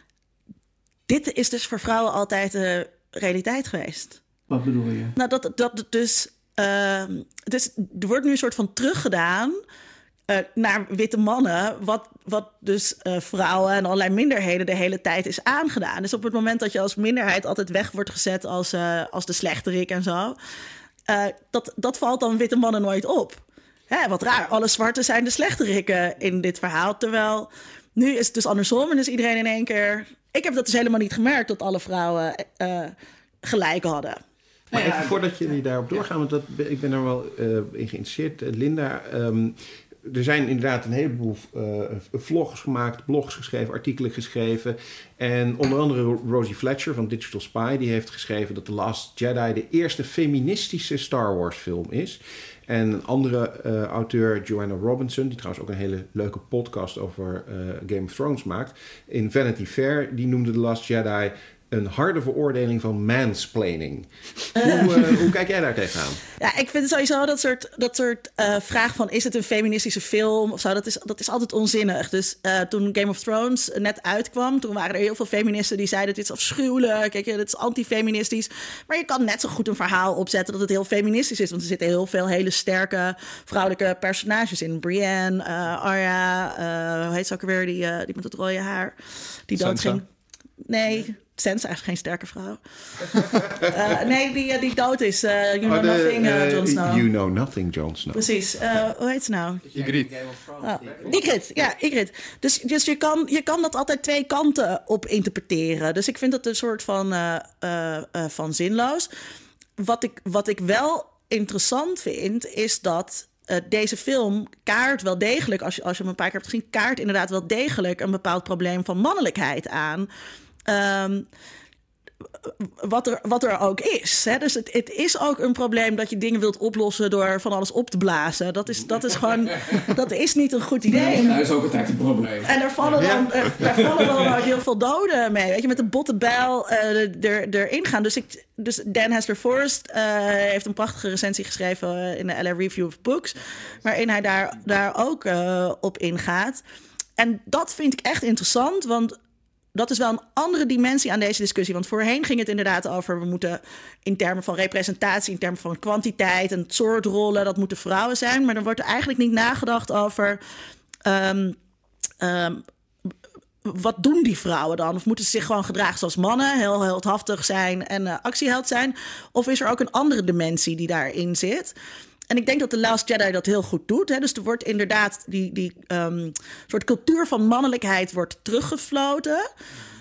Dit is dus voor vrouwen altijd de realiteit geweest. Wat bedoel je? Nou, dat, dat dus, uh, dus er wordt nu een soort van teruggedaan Uh, naar witte mannen, wat, wat dus uh, vrouwen en allerlei minderheden de hele tijd is aangedaan. Dus op het moment dat je als minderheid altijd weg wordt gezet als, uh, als de slechterik en zo, uh, dat, dat valt dan witte mannen nooit op. Hè, wat raar, alle zwarten zijn de slechterikken in dit verhaal, terwijl nu is het dus andersom en is iedereen in één keer. Ik heb dat dus helemaal niet gemerkt dat alle vrouwen uh, gelijk hadden. Maar even voordat jullie daarop doorgaan, want dat, ik ben er wel uh, in geïnteresseerd. Linda, um, er zijn inderdaad een heleboel uh, vlogs gemaakt, blogs geschreven, artikelen geschreven. En onder andere Rosie Fletcher van Digital Spy, die heeft geschreven dat The Last Jedi de eerste feministische Star Wars film is. En een andere uh, auteur, Joanna Robinson, die trouwens ook een hele leuke podcast over uh, Game of Thrones maakt, in Vanity Fair, die noemde The Last Jedi een harde veroordeling van mansplaining. Uh. Hoe, uh, hoe kijk jij daar tegenaan? Ja, ik vind sowieso dat soort, dat soort uh, vraag van, is het een feministische film of zo, dat is, dat is altijd onzinnig. Dus uh, toen Game of Thrones net uitkwam, toen waren er heel veel feministen die zeiden, dit is afschuwelijk, kijk, dit is antifeministisch. Maar je kan net zo goed een verhaal opzetten dat het heel feministisch is, want er zitten heel veel hele sterke vrouwelijke personages in. Brienne, uh, Arya, uh, hoe heet ze ook weer, die, uh, die met het rode haar, die doodging. Nee, Sansa is geen sterke vrouw. uh, nee, die, die dood is. Uh, you know oh, de, nothing, uh, Jon Snow. You know nothing, Jon Snow. Precies. Uh, hoe heet ze nou? Ygritte. Oh, Ygritte, ja, Ygritte. Dus, dus je, kan, je kan dat altijd twee kanten op interpreteren. Dus ik vind dat een soort van, uh, uh, uh, van zinloos. Wat ik, wat ik wel interessant vind, is dat Uh, deze film kaart wel degelijk, als je, als je hem een paar keer hebt gezien, kaart inderdaad wel degelijk een bepaald probleem van mannelijkheid aan. Um, wat, er, wat er ook is. Hè? Dus het, het is ook een probleem dat je dingen wilt oplossen door van alles op te blazen. Dat is, dat is gewoon, dat is niet een goed idee. Ja, dat is ook altijd een probleem. En er vallen dan, er, er vallen dan ook heel veel doden mee. Weet je, met de botte bijl uh, er, erin gaan. Dus, ik, dus Dan Hester Forrest uh, heeft een prachtige recensie geschreven in de L A Review of Books, waarin hij daar, daar ook uh, op ingaat. En dat vind ik echt interessant, want dat is wel een andere dimensie aan deze discussie. Want voorheen ging het inderdaad over... we moeten in termen van representatie, in termen van kwantiteit... en het soort rollen, dat moeten vrouwen zijn. Maar er wordt er eigenlijk niet nagedacht over... Um, um, wat doen die vrouwen dan? Of moeten ze zich gewoon gedragen zoals mannen? Heel heldhaftig zijn en uh, actieheld zijn? Of is er ook een andere dimensie die daarin zit? En ik denk dat The Last Jedi dat heel goed doet. Hè? Dus er wordt inderdaad die, die um, soort cultuur van mannelijkheid wordt teruggefloten...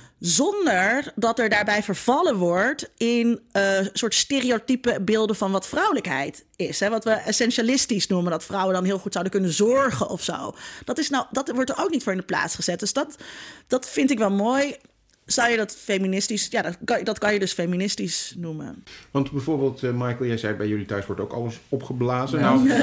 zonder dat er daarbij vervallen wordt in uh, soort stereotype beelden van wat vrouwelijkheid is. Hè? Wat we essentialistisch noemen, dat vrouwen dan heel goed zouden kunnen zorgen of zo. Dat, is nou, dat wordt er ook niet voor in de plaats gezet. Dus dat, dat vind ik wel mooi. Zou je dat feministisch... Ja, dat kan, dat kan je dus feministisch noemen. Want bijvoorbeeld, uh, Michael, jij zei bij jullie thuis wordt ook alles opgeblazen. Ja. Nou,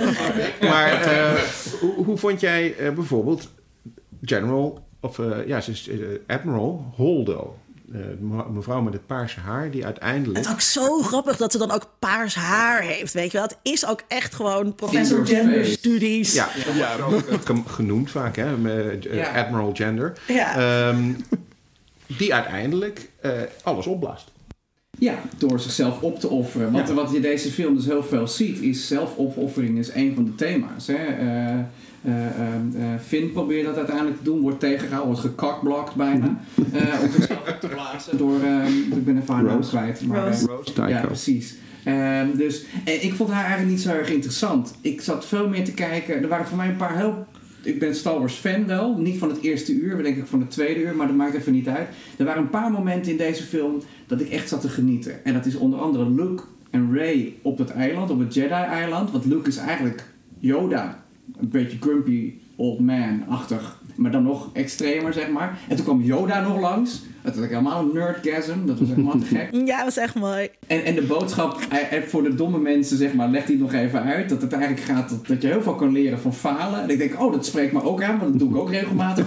maar uh, hoe, hoe vond jij uh, bijvoorbeeld General... Of uh, ja, ze is uh, Admiral Holdo. Uh, mevrouw met het paarse haar, die uiteindelijk... Het is ook zo grappig dat ze dan ook paars haar heeft, weet je wel. Het is ook echt gewoon professor Gender gender face. studies. Ja, ja, ja ook genoemd vaak, hè. Uh, Ja. Admiral Gender. Ja. Um, die uiteindelijk uh, alles opblaast. Ja, door zichzelf op te offeren. Want Ja. wat je deze film dus heel veel ziet, is zelfopoffering is een van de thema's. Hè. Uh, uh, uh, Finn probeert dat uiteindelijk te doen, wordt tegengehouden, wordt gekakblokt bijna. Uh, om zichzelf op te blazen door, uh, ik ben even haar naam Rose. kwijt. Maar, Rose. uh, Rose ja, Tycho. precies. Um, dus, en ik vond haar eigenlijk niet zo erg interessant. Ik zat veel meer te kijken. Er waren voor mij een paar heel... Ik ben Star Wars fan wel. Niet van het eerste uur, maar denk ik van het tweede uur. Maar dat maakt even niet uit. Er waren een paar momenten in deze film dat ik echt zat te genieten. En dat is onder andere Luke en Rey op het eiland, op het Jedi-eiland. Want Luke is eigenlijk Yoda. Een beetje grumpy old man-achtig. Maar dan nog extremer, zeg maar. En toen kwam Yoda nog langs. Dat was helemaal een nerdgasm. Dat was helemaal te gek. Ja, dat was echt mooi. En, en de boodschap, eh, voor de domme mensen, zeg maar, legt hij nog even uit. Dat het eigenlijk gaat dat, dat je heel veel kan leren van falen. En ik denk, oh, dat spreekt me ook aan, want dat doe ik ook regelmatig.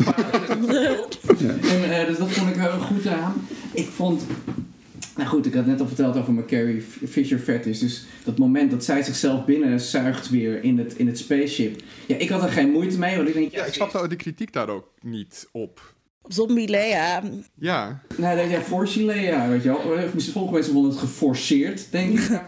en, uh, dus dat vond ik heel goed aan. Ik vond... Nou goed, ik had net al verteld over mijn Carrie Fisher fetish. Dus dat moment dat zij zichzelf binnen zuigt weer in het, in het spaceship. Ja, ik had er geen moeite mee, want ik denk... Ja, ik snapte de kritiek daar ook niet op. Zombie Leia. Ja. Nou, dat ja, Force Leia, weet je wel. Sommige mensen vonden het geforceerd, denk ik. uh,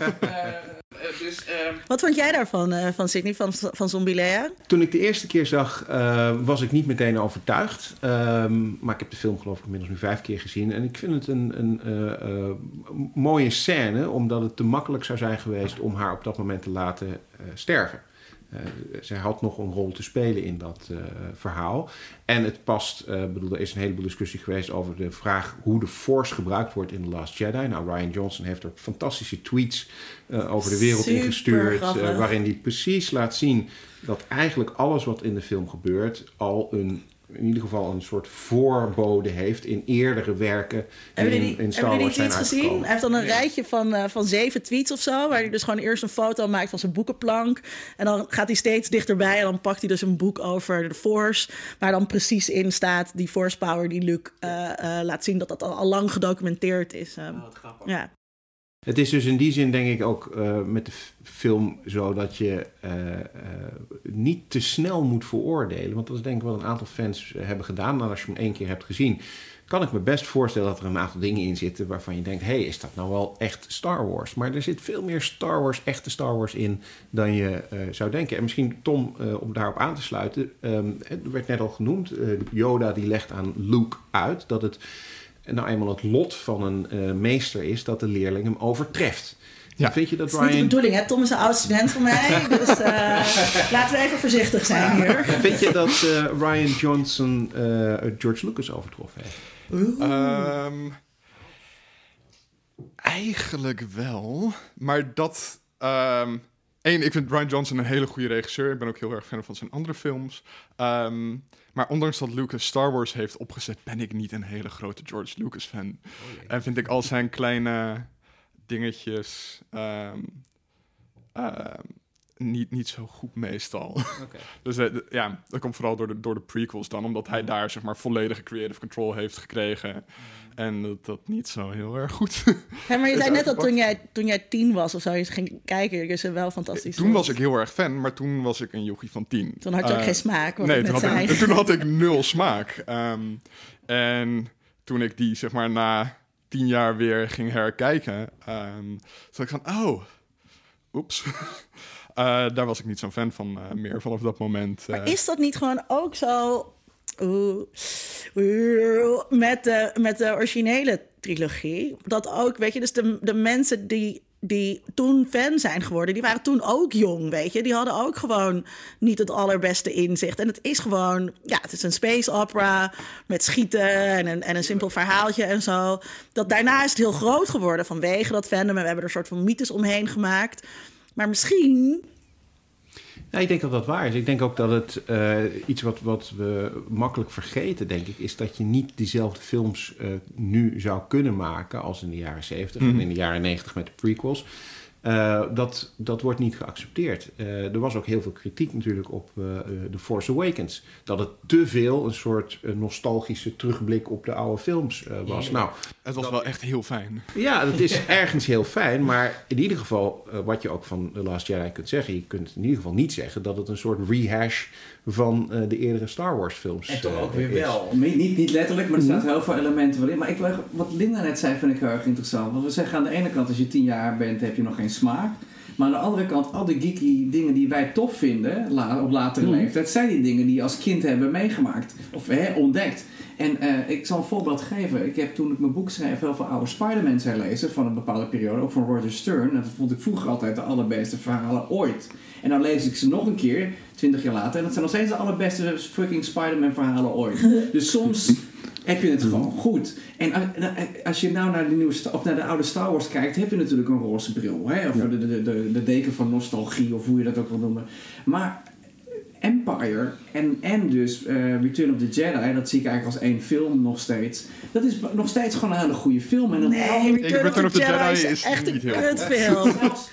dus, uh... Wat vond jij daarvan, uh, van Sydney, van, van Zombie Leia? Toen ik de eerste keer zag, uh, was ik niet meteen overtuigd. Um, maar ik heb de film geloof ik inmiddels nu vijf keer gezien. En ik vind het een, een uh, uh, mooie scène, omdat het te makkelijk zou zijn geweest om haar op dat moment te laten uh, sterven. Uh, zij had nog een rol te spelen in dat uh, verhaal. En het past, uh, bedoel, er is een heleboel discussie geweest over de vraag hoe de Force gebruikt wordt in The Last Jedi. Nou, Rian Johnson heeft er fantastische tweets uh, over de wereld Super ingestuurd. grappig. Uh, waarin hij precies laat zien dat eigenlijk alles wat in de film gebeurt al een, in ieder geval een soort voorbode heeft in eerdere werken die Hebben in, jullie, in Star hebben Wars jullie zijn iets gezien? uitgekomen. Hij heeft dan een rijtje van, uh, van zeven tweets of zo, waar hij dus gewoon eerst een foto maakt van zijn boekenplank. En dan gaat hij steeds dichterbij en dan pakt hij dus een boek over de Force, waar dan precies in staat die Force power die Luke uh, uh, laat zien dat dat al, al lang gedocumenteerd is. Um, Oh, wat grappig. ja. Het is dus in die zin denk ik ook uh, met de f- film zo dat je uh, uh, niet te snel moet veroordelen. Want dat is denk ik wat een aantal fans uh, hebben gedaan. Nou, als je hem één keer hebt gezien, kan ik me best voorstellen dat er een aantal dingen in zitten waarvan je denkt, hé, hey, is dat nou wel echt Star Wars? Maar er zit veel meer Star Wars, echte Star Wars in dan je uh, zou denken. En misschien, Tom, uh, om daarop aan te sluiten, um, het werd net al genoemd, uh, Yoda die legt aan Luke uit dat het nou eenmaal het lot van een uh, meester is dat de leerling hem overtreft. Ja. Vind je dat Dat is niet de Ryan... bedoeling, hè? Tom is een oud student van mij, dus uh, laten we even voorzichtig zijn hier. Vind je dat uh, Rian Johnson uh, George Lucas overtroffen heeft? Um, eigenlijk wel. Maar dat... Um, Eén, ik vind Rian Johnson een hele goede regisseur. Ik ben ook heel erg fan van zijn andere films. Um, maar ondanks dat Lucas Star Wars heeft opgezet, ben ik niet een hele grote George Lucas fan. Oh, en vind ik al zijn kleine dingetjes um, uh, niet, niet zo goed meestal. Okay. Dus uh, d- ja, dat komt vooral door de, door de prequels dan, omdat hij daar zeg maar volledige creative control heeft gekregen. En dat, dat niet zo heel erg goed. Ja, maar je is zei net dat uitgepakt. toen jij, toen jij tien was of zo, je ging kijken, je ze wel fantastisch. Toen was ik heel erg fan, maar toen was ik een jochie van tien. Toen had je ook Uh, geen smaak, wat Nee, ik toen net had zei. ik, toen had ik nul smaak. Um, en toen ik die, zeg maar, na tien jaar weer ging herkijken, um, zat ik van, oh, oeps. uh, daar was ik niet zo'n fan van uh, meer vanaf dat moment. Uh, Maar is dat niet gewoon ook zo... Oeh, oeh, met, de, met de originele trilogie? Dat ook, weet je, dus de, de mensen die, die toen fan zijn geworden, die waren toen ook jong, weet je. Die hadden ook gewoon niet het allerbeste inzicht. En het is gewoon, ja, het is een space opera met schieten en een, en een simpel verhaaltje en zo. Dat daarna is het heel groot geworden vanwege dat fandom. En we hebben er een soort van mythes omheen gemaakt. Maar misschien... Ja, ik denk dat dat waar is. Ik denk ook dat het uh, iets wat, wat we makkelijk vergeten, denk ik, is dat je niet diezelfde films uh, nu zou kunnen maken als in de jaren zeventig mm. en in de jaren negentig met de prequels. Uh, dat, dat wordt niet geaccepteerd. Uh, er was ook heel veel kritiek natuurlijk op uh, uh, The Force Awakens. Dat het te veel een soort uh, nostalgische terugblik op de oude films uh, was. Ja. Nou, het was dat, wel echt heel fijn. Ja, dat is ergens heel fijn. Maar in ieder geval, uh, wat je ook van The Last Jedi kunt zeggen, je kunt in ieder geval niet zeggen dat het een soort rehash van uh, de eerdere Star Wars films En toch uh, ook weer is. wel. Niet, niet letterlijk, maar er staan heel veel elementen wel in. Maar ik, wat Linda net zei vind ik heel erg interessant. Want we zeggen aan de ene kant, als je tien jaar bent, heb je nog geen smaak. Maar aan de andere kant, al die geeky dingen die wij tof vinden, la, op latere mm. leeftijd, zijn die dingen die je als kind hebben meegemaakt. Of hè, ontdekt. En uh, ik zal een voorbeeld geven. Ik heb toen ik mijn boek schreef heel veel oude Spider-Mans herlezen van een bepaalde periode. Ook van Roger Stern. En dat vond ik vroeger altijd de allerbeste verhalen ooit. En dan lees ik ze nog een keer, twintig jaar later. En dat zijn nog steeds de allerbeste fucking Spider-Man verhalen ooit. Dus soms heb je het gewoon goed. En als je nou naar de, nieuwe, of naar de oude Star Wars kijkt, heb je natuurlijk een roze bril. Hè? Of ja. de, de, de, de deken van nostalgie, of hoe je dat ook wil noemen. Maar Empire en, en dus uh, Return of the Jedi, dat zie ik eigenlijk als één film nog steeds. Dat is nog steeds gewoon een hele goede film. En nee, el- Return, Return of the, of the Jedi, Jedi is echt een kutfilm.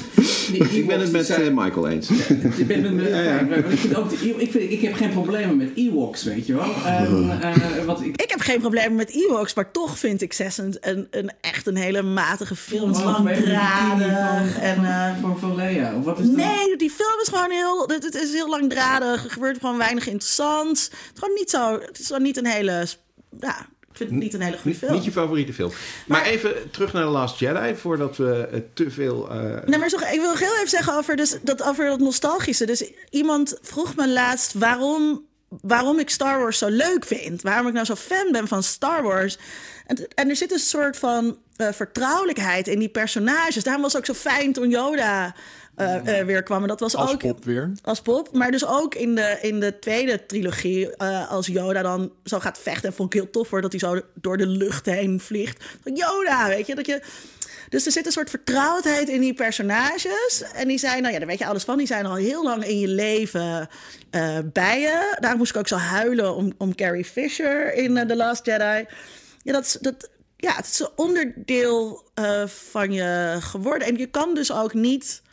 Ik ben het met uh, Michael eens. Ik ben het met ja, ja. Ik vind ook de, ik, vind, ik heb geen problemen met Ewoks, weet je wel. Um, uh, wat ik, ik heb geen problemen met Ewoks, maar toch vind ik Zes een, een, een echt een hele matige film. Het is langdradig. En uh, van, van Leia. Of wat is dat? Nee, die film is gewoon heel, het, het is heel langdradig. Er gebeurt gewoon weinig interessants. Het is gewoon niet zo, het is gewoon niet een hele, ja, ik vind het niet een hele goede film. Niet je favoriete film. Maar, maar even terug naar The Last Jedi, voordat we uh, te veel... Uh... Nee, maar zo, ik wil heel even zeggen over, dus, dat, over dat nostalgische. Dus iemand vroeg me laatst waarom, waarom ik Star Wars zo leuk vind. Waarom ik nou zo fan ben van Star Wars. En, en er zit een soort van uh, vertrouwelijkheid in die personages. Daarom was het ook zo fijn toen Yoda... Uh, uh, weer kwam. En dat was als ook pop weer. Als pop. Maar dus ook in de, in de tweede trilogie, uh, als Yoda dan zo gaat vechten. En vond ik heel tof hoor, dat hij zo door de lucht heen vliegt. Yoda, weet je, dat je. Dus er zit een soort vertrouwdheid in die personages. En die zijn, nou ja, daar weet je alles van. Die zijn al heel lang in je leven uh, bij je. Daarom moest ik ook zo huilen om, om Carrie Fisher in uh, The Last Jedi. Ja, dat, dat, ja, het is een onderdeel uh, van je geworden. En je kan dus ook niet...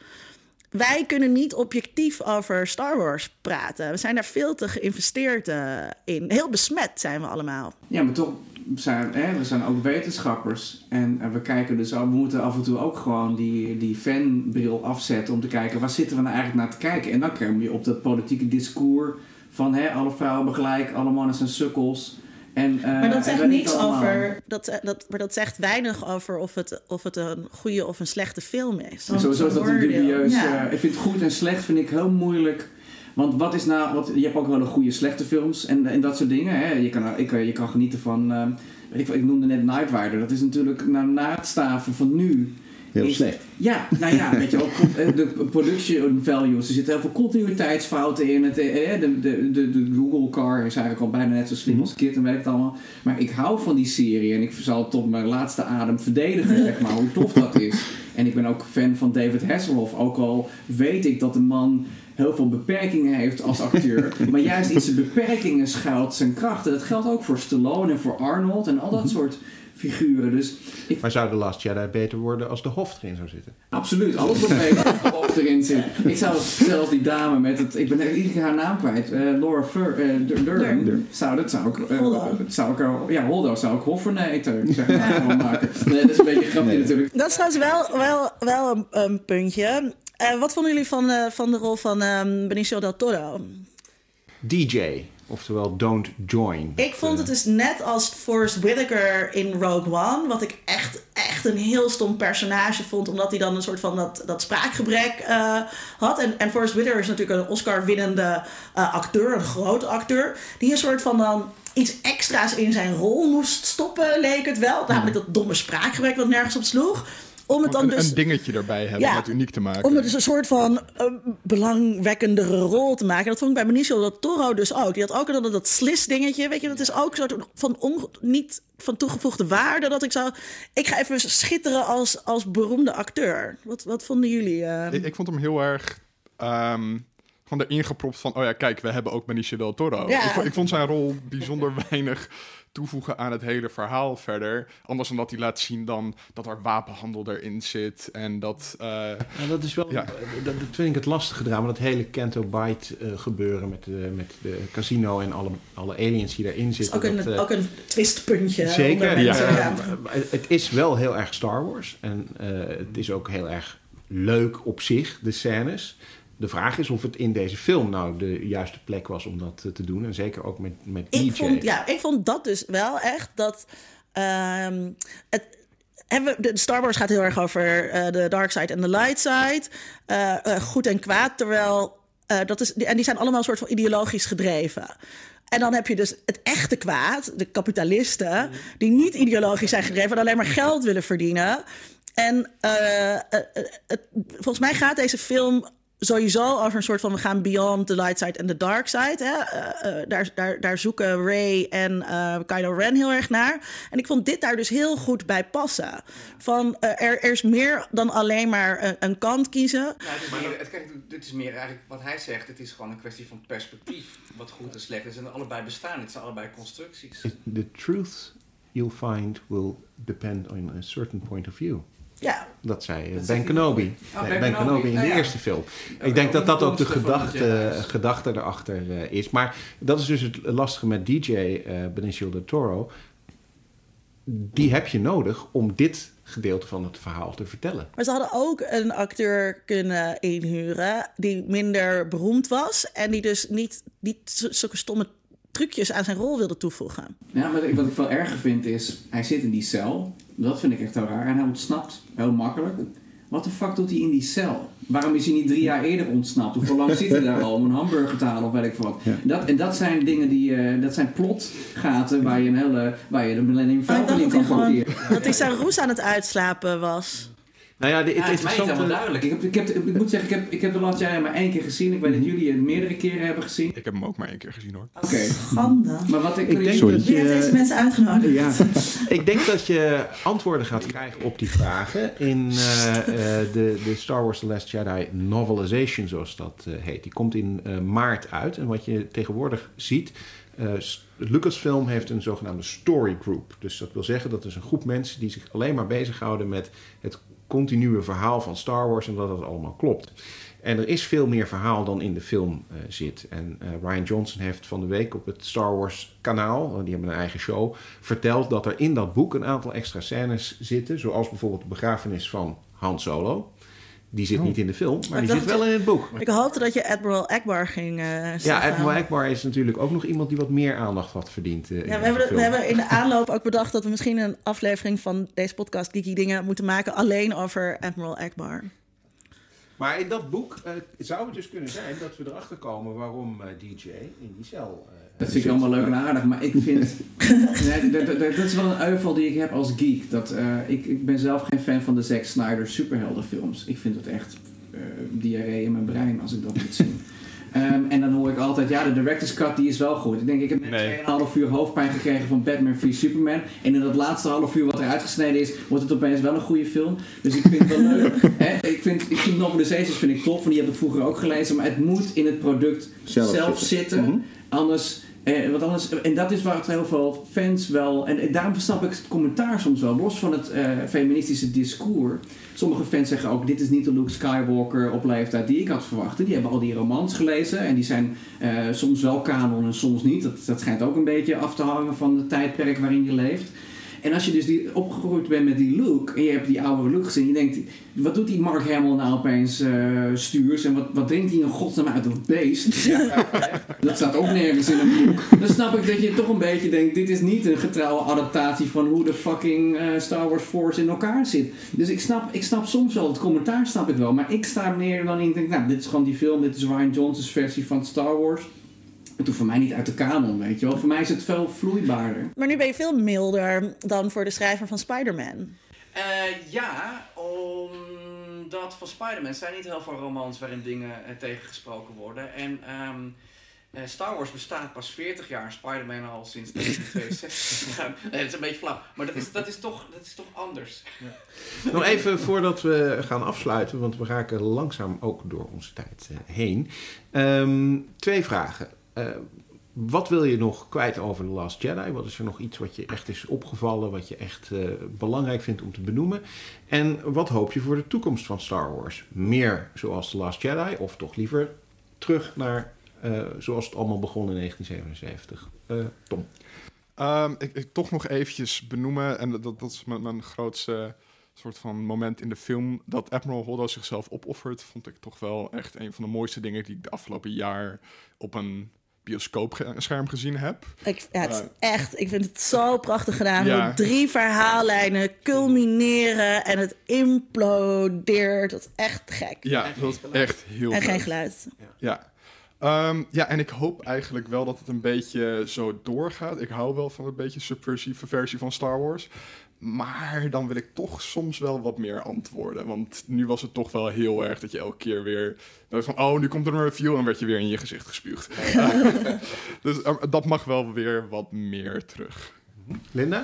Wij kunnen niet objectief over Star Wars praten. We zijn daar veel te geïnvesteerd uh, in. Heel besmet zijn we allemaal. Ja, maar toch zijn hè, we zijn ook wetenschappers. En uh, we kijken dus ook, we moeten af en toe ook gewoon die, die fanbril afzetten om te kijken, waar zitten we nou eigenlijk naar te kijken? En dan kom je op dat politieke discours van hè, alle vrouwen gelijk, alle mannen zijn sukkels. En, uh, maar dat zegt niks allemaal... over. Dat, dat, maar dat zegt weinig over of het, of het een goede of een slechte film is. Ja, sowieso is dat een dubieus. Ja. Uh, ik vind goed en slecht vind ik heel moeilijk. Want wat is nou. Wat, je hebt ook wel een goede slechte films en, en dat soort dingen. Hè. Je, kan, ik, je kan genieten van. Uh, weet ik, ik noemde net Knight Rider. Dat is natuurlijk naar na het staven van nu. Heel is, slecht. Ja, nou ja, weet je ook de production values. Er zitten heel veel continuïteitsfouten in. Het, de, de, de, de Google car is eigenlijk al bijna net zo slim als Kit en weet het allemaal. Maar ik hou van die serie en ik zal het tot mijn laatste adem verdedigen, zeg maar, hoe tof dat is. En ik ben ook fan van David Hasselhoff. Ook al weet ik dat de man heel veel beperkingen heeft als acteur. Maar juist in zijn beperkingen schuilt zijn krachten. Dat geldt ook voor Stallone en voor Arnold en al dat soort figuren. Dus ik... Maar zou The Last Jedi beter worden als de Hoft erin zou zitten? Absoluut, alles wordt beter als de erin zit. Ik zou zelfs die dame met het... Ik ben iedere keer haar naam kwijt. Uh, Laura Fur, uh, Dern. Dur. Zou, dat zou ik... Uh, zou ik er, ja, Holdo zou ik Hofferneten zeg maar, ja. maken. Nee, dat is een beetje een grapje nee. natuurlijk. Dat is trouwens wel, wel, wel een, een puntje. Uh, wat vonden jullie van, uh, van de rol van um, Benicio del Toro? D J, oftewel Don't Join. Ik vond het dus net als Forrest Whitaker in Rogue One, wat ik echt, echt een heel stom personage vond, omdat hij dan een soort van dat, dat spraakgebrek uh, had. En, en Forrest Whitaker is natuurlijk een Oscar-winnende uh, acteur, een grote acteur, die een soort van dan iets extra's in zijn rol moest stoppen, leek het wel. Namelijk dat domme spraakgebrek wat nergens op sloeg. Om het dan een, dus, een dingetje erbij hebben ja, om het uniek te maken. Om het dus een soort van uh, belangwekkendere rol te maken. Dat vond ik bij Benicio del Toro dus ook. Die had ook dat, dat slis dingetje. Weet je, dat is ook een soort van on, niet van toegevoegde waarde. Dat ik zou... Ik ga even schitteren als, als beroemde acteur. Wat, wat vonden jullie? Uh... Ik, ik vond hem heel erg... Um... gewoon erin gepropt van, oh ja, kijk, we hebben ook Benicio del Toro. Ja. Ik, ik vond zijn rol bijzonder weinig toevoegen aan het hele verhaal verder. Anders dan dat hij laat zien dan dat er wapenhandel erin zit. En dat... Uh, ja, dat is wel... Ja. Dat vind ik het lastige gedaan. Maar dat hele Canto Bight uh, gebeuren met de, met de casino en alle, alle aliens die daarin zitten. Ook een, dat, uh, ook een twistpuntje. Zeker. Ja. Uh, Ja. Het is wel heel erg Star Wars. En uh, het is ook heel erg leuk op zich, de scènes. De vraag is of het in deze film nou de juiste plek was om dat te doen. En zeker ook met, met D J. Ik vond, ja, ik vond dat dus wel echt dat... Um, het, de Star Wars gaat heel erg over uh, de dark side en de light side. Uh, uh, goed en kwaad, terwijl... Uh, dat is, en die zijn allemaal een soort van ideologisch gedreven. En dan heb je dus het echte kwaad, de kapitalisten... die niet ideologisch zijn gedreven, maar alleen maar geld willen verdienen. En uh, uh, uh, het, volgens mij gaat deze film... sowieso over een soort van... we gaan beyond the light side en the dark side. Hè? Uh, uh, daar, daar, daar zoeken Rey en uh, Kylo Ren heel erg naar. En ik vond dit daar dus heel goed bij passen. Van, uh, er, er is meer dan alleen maar een, een kant kiezen. Nou, het is meer, het, kijk, dit is meer eigenlijk wat hij zegt. Het is gewoon een kwestie van perspectief. Wat goed en slecht is. En allebei bestaan. Het zijn allebei constructies. The truth you'll find will depend on a certain point of view. Ja. Dat zei dat Ben Kenobi. Oh, Ben, ben Kenobi in de ja, ja. eerste film. Ja, ik denk dat dat ook de gedachte, gedachte erachter uh, is. Maar dat is dus het lastige met D J, uh, Benicio del Toro. Die heb je nodig om dit gedeelte van het verhaal te vertellen. Maar ze hadden ook een acteur kunnen inhuren die minder beroemd was. En die dus niet, niet zulke stomme trucjes aan zijn rol wilde toevoegen. Ja, maar wat ik veel erger vind is... hij zit in die cel. Dat vind ik echt heel raar. En hij ontsnapt heel makkelijk. Wat de fuck doet hij in die cel? Waarom is hij niet drie jaar eerder ontsnapt? Hoeveel lang zit hij daar al om een hamburger te halen of weet ik veel wat? Ja. Dat, en dat zijn dingen die... Uh, dat zijn plotgaten waar je een hele... waar je de Millennium Falcon in kan parkeren. Dat hij zijn roes aan het uitslapen was. Nou ja, de, ja, het is helemaal duidelijk. Ik, heb, ik, heb, ik moet zeggen, ik heb, ik heb de Last Jedi maar één keer gezien. Ik weet dat jullie het meerdere keren hebben gezien. Ik heb hem ook maar één keer gezien hoor. Oké. Okay. Schande. Maar wat ik, ik denk sorry. dat je... Wie heeft deze mensen uitgenodigd? Ja. Ik denk dat je antwoorden gaat krijgen op die vragen in uh, uh, de, de Star Wars The Last Jedi novelization, zoals dat uh, heet. Die komt in uh, maart uit. En wat je tegenwoordig ziet... Uh, Lucasfilm heeft een zogenaamde story group. Dus dat wil zeggen dat is een groep mensen die zich alleen maar bezighouden met het continue verhaal van Star Wars en dat dat allemaal klopt. En er is veel meer verhaal dan in de film uh, zit. En uh, Rian Johnson heeft van de week op het Star Wars kanaal, die hebben een eigen show, verteld dat er in dat boek een aantal extra scènes zitten, zoals bijvoorbeeld de begrafenis van Han Solo. Die zit oh. niet in de film, maar, maar die zit wel in het boek. Ik hoopte dat je Admiral Akbar ging uh, zeggen. Ja, Admiral Akbar is natuurlijk ook nog iemand die wat meer aandacht had verdiend. Uh, ja, we, hebben, we hebben in de aanloop ook bedacht dat we misschien een aflevering van deze podcast Geeky Dingen moeten maken alleen over Admiral Akbar. Maar in dat boek uh, zou het dus kunnen zijn dat we erachter komen waarom uh, D J in die cel... Uh, dat vind ik allemaal leuk en aardig, maar ik vind... nee, dat, dat, dat is wel een euvel die ik heb als geek. Dat, uh, ik, ik ben zelf geen fan van de Zack Snyder superheldenfilms. Ik vind het echt uh, diarree in mijn brein als ik dat moet zien. Um, en dan hoor ik altijd, ja, de director's cut die is wel goed. Ik denk, ik heb net nee. twee komma vijf uur hoofdpijn gekregen van Batman v Superman. En in dat laatste half uur wat er uitgesneden is, wordt het opeens wel een goede film. Dus ik vind het wel leuk. He, ik vind, ik vind Novelizations vind ik tof, en die heb ik vroeger ook gelezen. Maar het moet in het product zelf, zelf zitten. Mm-hmm. Anders Eh, wat anders, en dat is waar het heel veel fans wel... En, en daarom snap ik het commentaar soms wel. Los van het uh, feministische discours. Sommige fans zeggen ook... Dit is niet de Luke Skywalker op leeftijd die ik had verwacht. Die hebben al die romans gelezen. En die zijn uh, soms wel kanon en soms niet. Dat, dat schijnt ook een beetje af te hangen van het tijdperk waarin je leeft. En als je dus die opgegroeid bent met die Luke... En je hebt die oude Luke gezien. Je denkt... Wat doet die Mark Hamill nou opeens uh, stuurs? En wat, wat drinkt hij in godsnaam uit een beest? Ja. Dat staat ook nergens in een boek. Dan snap ik dat je toch een beetje denkt... Dit is niet een getrouwe adaptatie van hoe de fucking uh, Star Wars Force in elkaar zit. Dus ik snap, ik snap soms wel, het commentaar snap ik wel. Maar ik sta meer dan in en denk... Nou, dit is gewoon die film. Dit is Rian Johnson's versie van Star Wars. Het hoeft voor mij niet uit de kanon, weet je wel. Voor mij is het veel vloeibaarder. Maar nu ben je veel milder dan voor de schrijver van Spider-Man. Uh, ja, omdat van Spider-Man zijn niet heel veel romans waarin dingen uh, tegengesproken worden. En um, uh, Star Wars bestaat pas veertig jaar, Spider-Man al sinds negentien tweeënzestig. Nee, dat is een beetje flauw, maar dat is, dat is, toch, dat is toch anders. Ja. Nog even voordat we gaan afsluiten, want we raken langzaam ook door onze tijd uh, heen. Um, twee vragen. Uh, wat wil je nog kwijt over The Last Jedi? Wat is er nog iets wat je echt is opgevallen, wat je echt uh, belangrijk vindt om te benoemen? En wat hoop je voor de toekomst van Star Wars? Meer zoals The Last Jedi of toch liever terug naar uh, zoals het allemaal begon in negentien zevenenzeventig? Uh, Tom? Um, ik, ik toch nog eventjes benoemen, en dat, dat is mijn, mijn grootste soort van moment in de film, dat Admiral Holdo zichzelf opoffert, vond ik toch wel echt een van de mooiste dingen die ik de afgelopen jaar op een bioscoopscherm gezien heb. Ik, ja, het is uh, echt, ik vind het zo prachtig gedaan. Ja. Hoe drie verhaallijnen culmineren en het implodeert. Dat is echt gek. Ja, dat is echt heel En vet. geen geluid. Ja. Um, ja, en ik hoop eigenlijk wel dat het een beetje zo doorgaat. Ik hou wel van een beetje subversieve versie van Star Wars. Maar dan wil ik toch soms wel wat meer antwoorden. Want nu was het toch wel heel erg dat je elke keer weer... van, oh, nu komt er een review en dan werd je weer in je gezicht gespuugd. uh, dus uh, dat mag wel weer wat meer terug. Linda?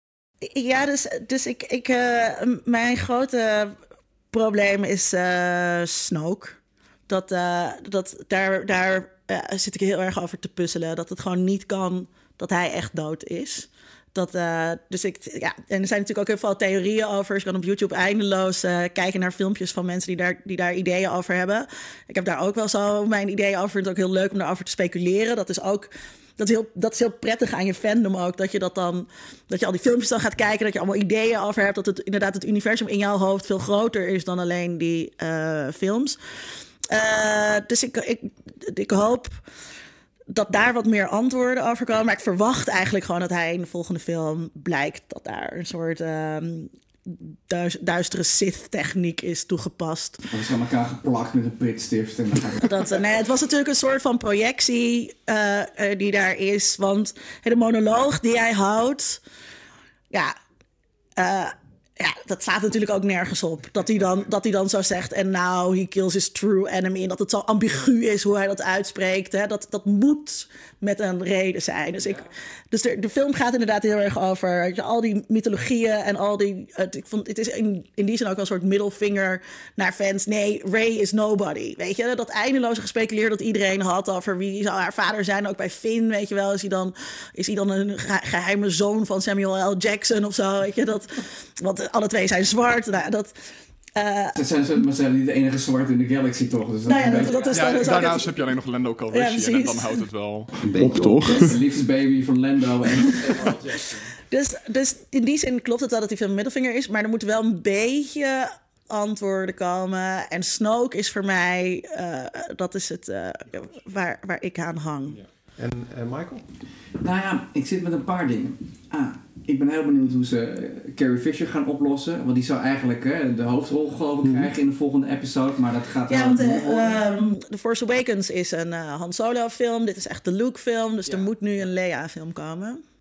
Ja, dus, dus ik, ik, uh, mijn grote probleem is uh, Snoke. Dat, uh, dat, daar daar uh, zit ik heel erg over te puzzelen. Dat het gewoon niet kan dat hij echt dood is. Dat, uh, dus ik, ja, en er zijn natuurlijk ook heel veel theorieën over. Dus je kan op YouTube eindeloos uh, kijken naar filmpjes van mensen die daar, die daar ideeën over hebben. Ik heb daar ook wel zo mijn ideeën over. Het is ook heel leuk om daarover te speculeren. Dat is ook... Dat is, heel, dat is heel prettig aan je fandom ook. Dat je, dat dan, dat je al die filmpjes dan gaat kijken. Dat je allemaal ideeën over hebt. Dat het inderdaad het universum in jouw hoofd veel groter is dan alleen die uh, films. Uh, dus ik, ik, ik hoop dat daar wat meer antwoorden over komen. Maar ik verwacht eigenlijk gewoon dat hij in de volgende film blijkt dat daar een soort um, duis, duistere Sith-techniek is toegepast. Dat is aan elkaar geplakt met een pitstift. En dan ga je... dat, nee, het was natuurlijk een soort van projectie uh, uh, die daar is. Want de monoloog die hij houdt... Ja... Uh, Ja, dat slaat natuurlijk ook nergens op. Dat hij dan, dat hij dan zo zegt... en now he kills his true enemy. En dat het zo ambigu is hoe hij dat uitspreekt. Hè? Dat, dat moet met een reden zijn. Dus, ik, dus de, de film gaat inderdaad heel erg over... Weet je, al die mythologieën en al die... Het, ik vond, het is in, in die zin ook wel een soort middelvinger naar fans. Nee, Rey is nobody. Weet je, dat eindeloze gespeculeer dat iedereen had... over wie zou haar vader zijn. Ook bij Finn, weet je wel. Is hij dan, is hij dan een geheime zoon van Samuel L. Jackson of zo? Weet je, dat... Want alle twee zijn zwart. Nou, dat, uh... Ze zijn, maar ze zijn niet de enige zwart in de galaxy, toch? Dus dat nou ja, is een dat, beetje... dat is ja, dan, daarnaast het... heb je alleen nog Lando Calrissian ja, en dan houdt het wel op, toch? De liefdesbaby van Lando en... dus, dus in die zin klopt het wel dat hij veel middelvinger is... maar er moet wel een beetje antwoorden komen. En Snoke is voor mij... Uh, dat is het uh, waar, waar ik aan hang. Ja. En uh, Michael? Nou ja, ik zit met een paar dingen. Ah, ik ben heel benieuwd hoe ze Carrie Fisher gaan oplossen. Want die zou eigenlijk hè, de hoofdrol geloof ik krijgen in de volgende episode. Maar dat gaat... Ja, want uh, um, The Force Awakens is een uh, Han Solo film. Dit is echt de Luke film. Dus ja. Er moet nu een Leia film komen.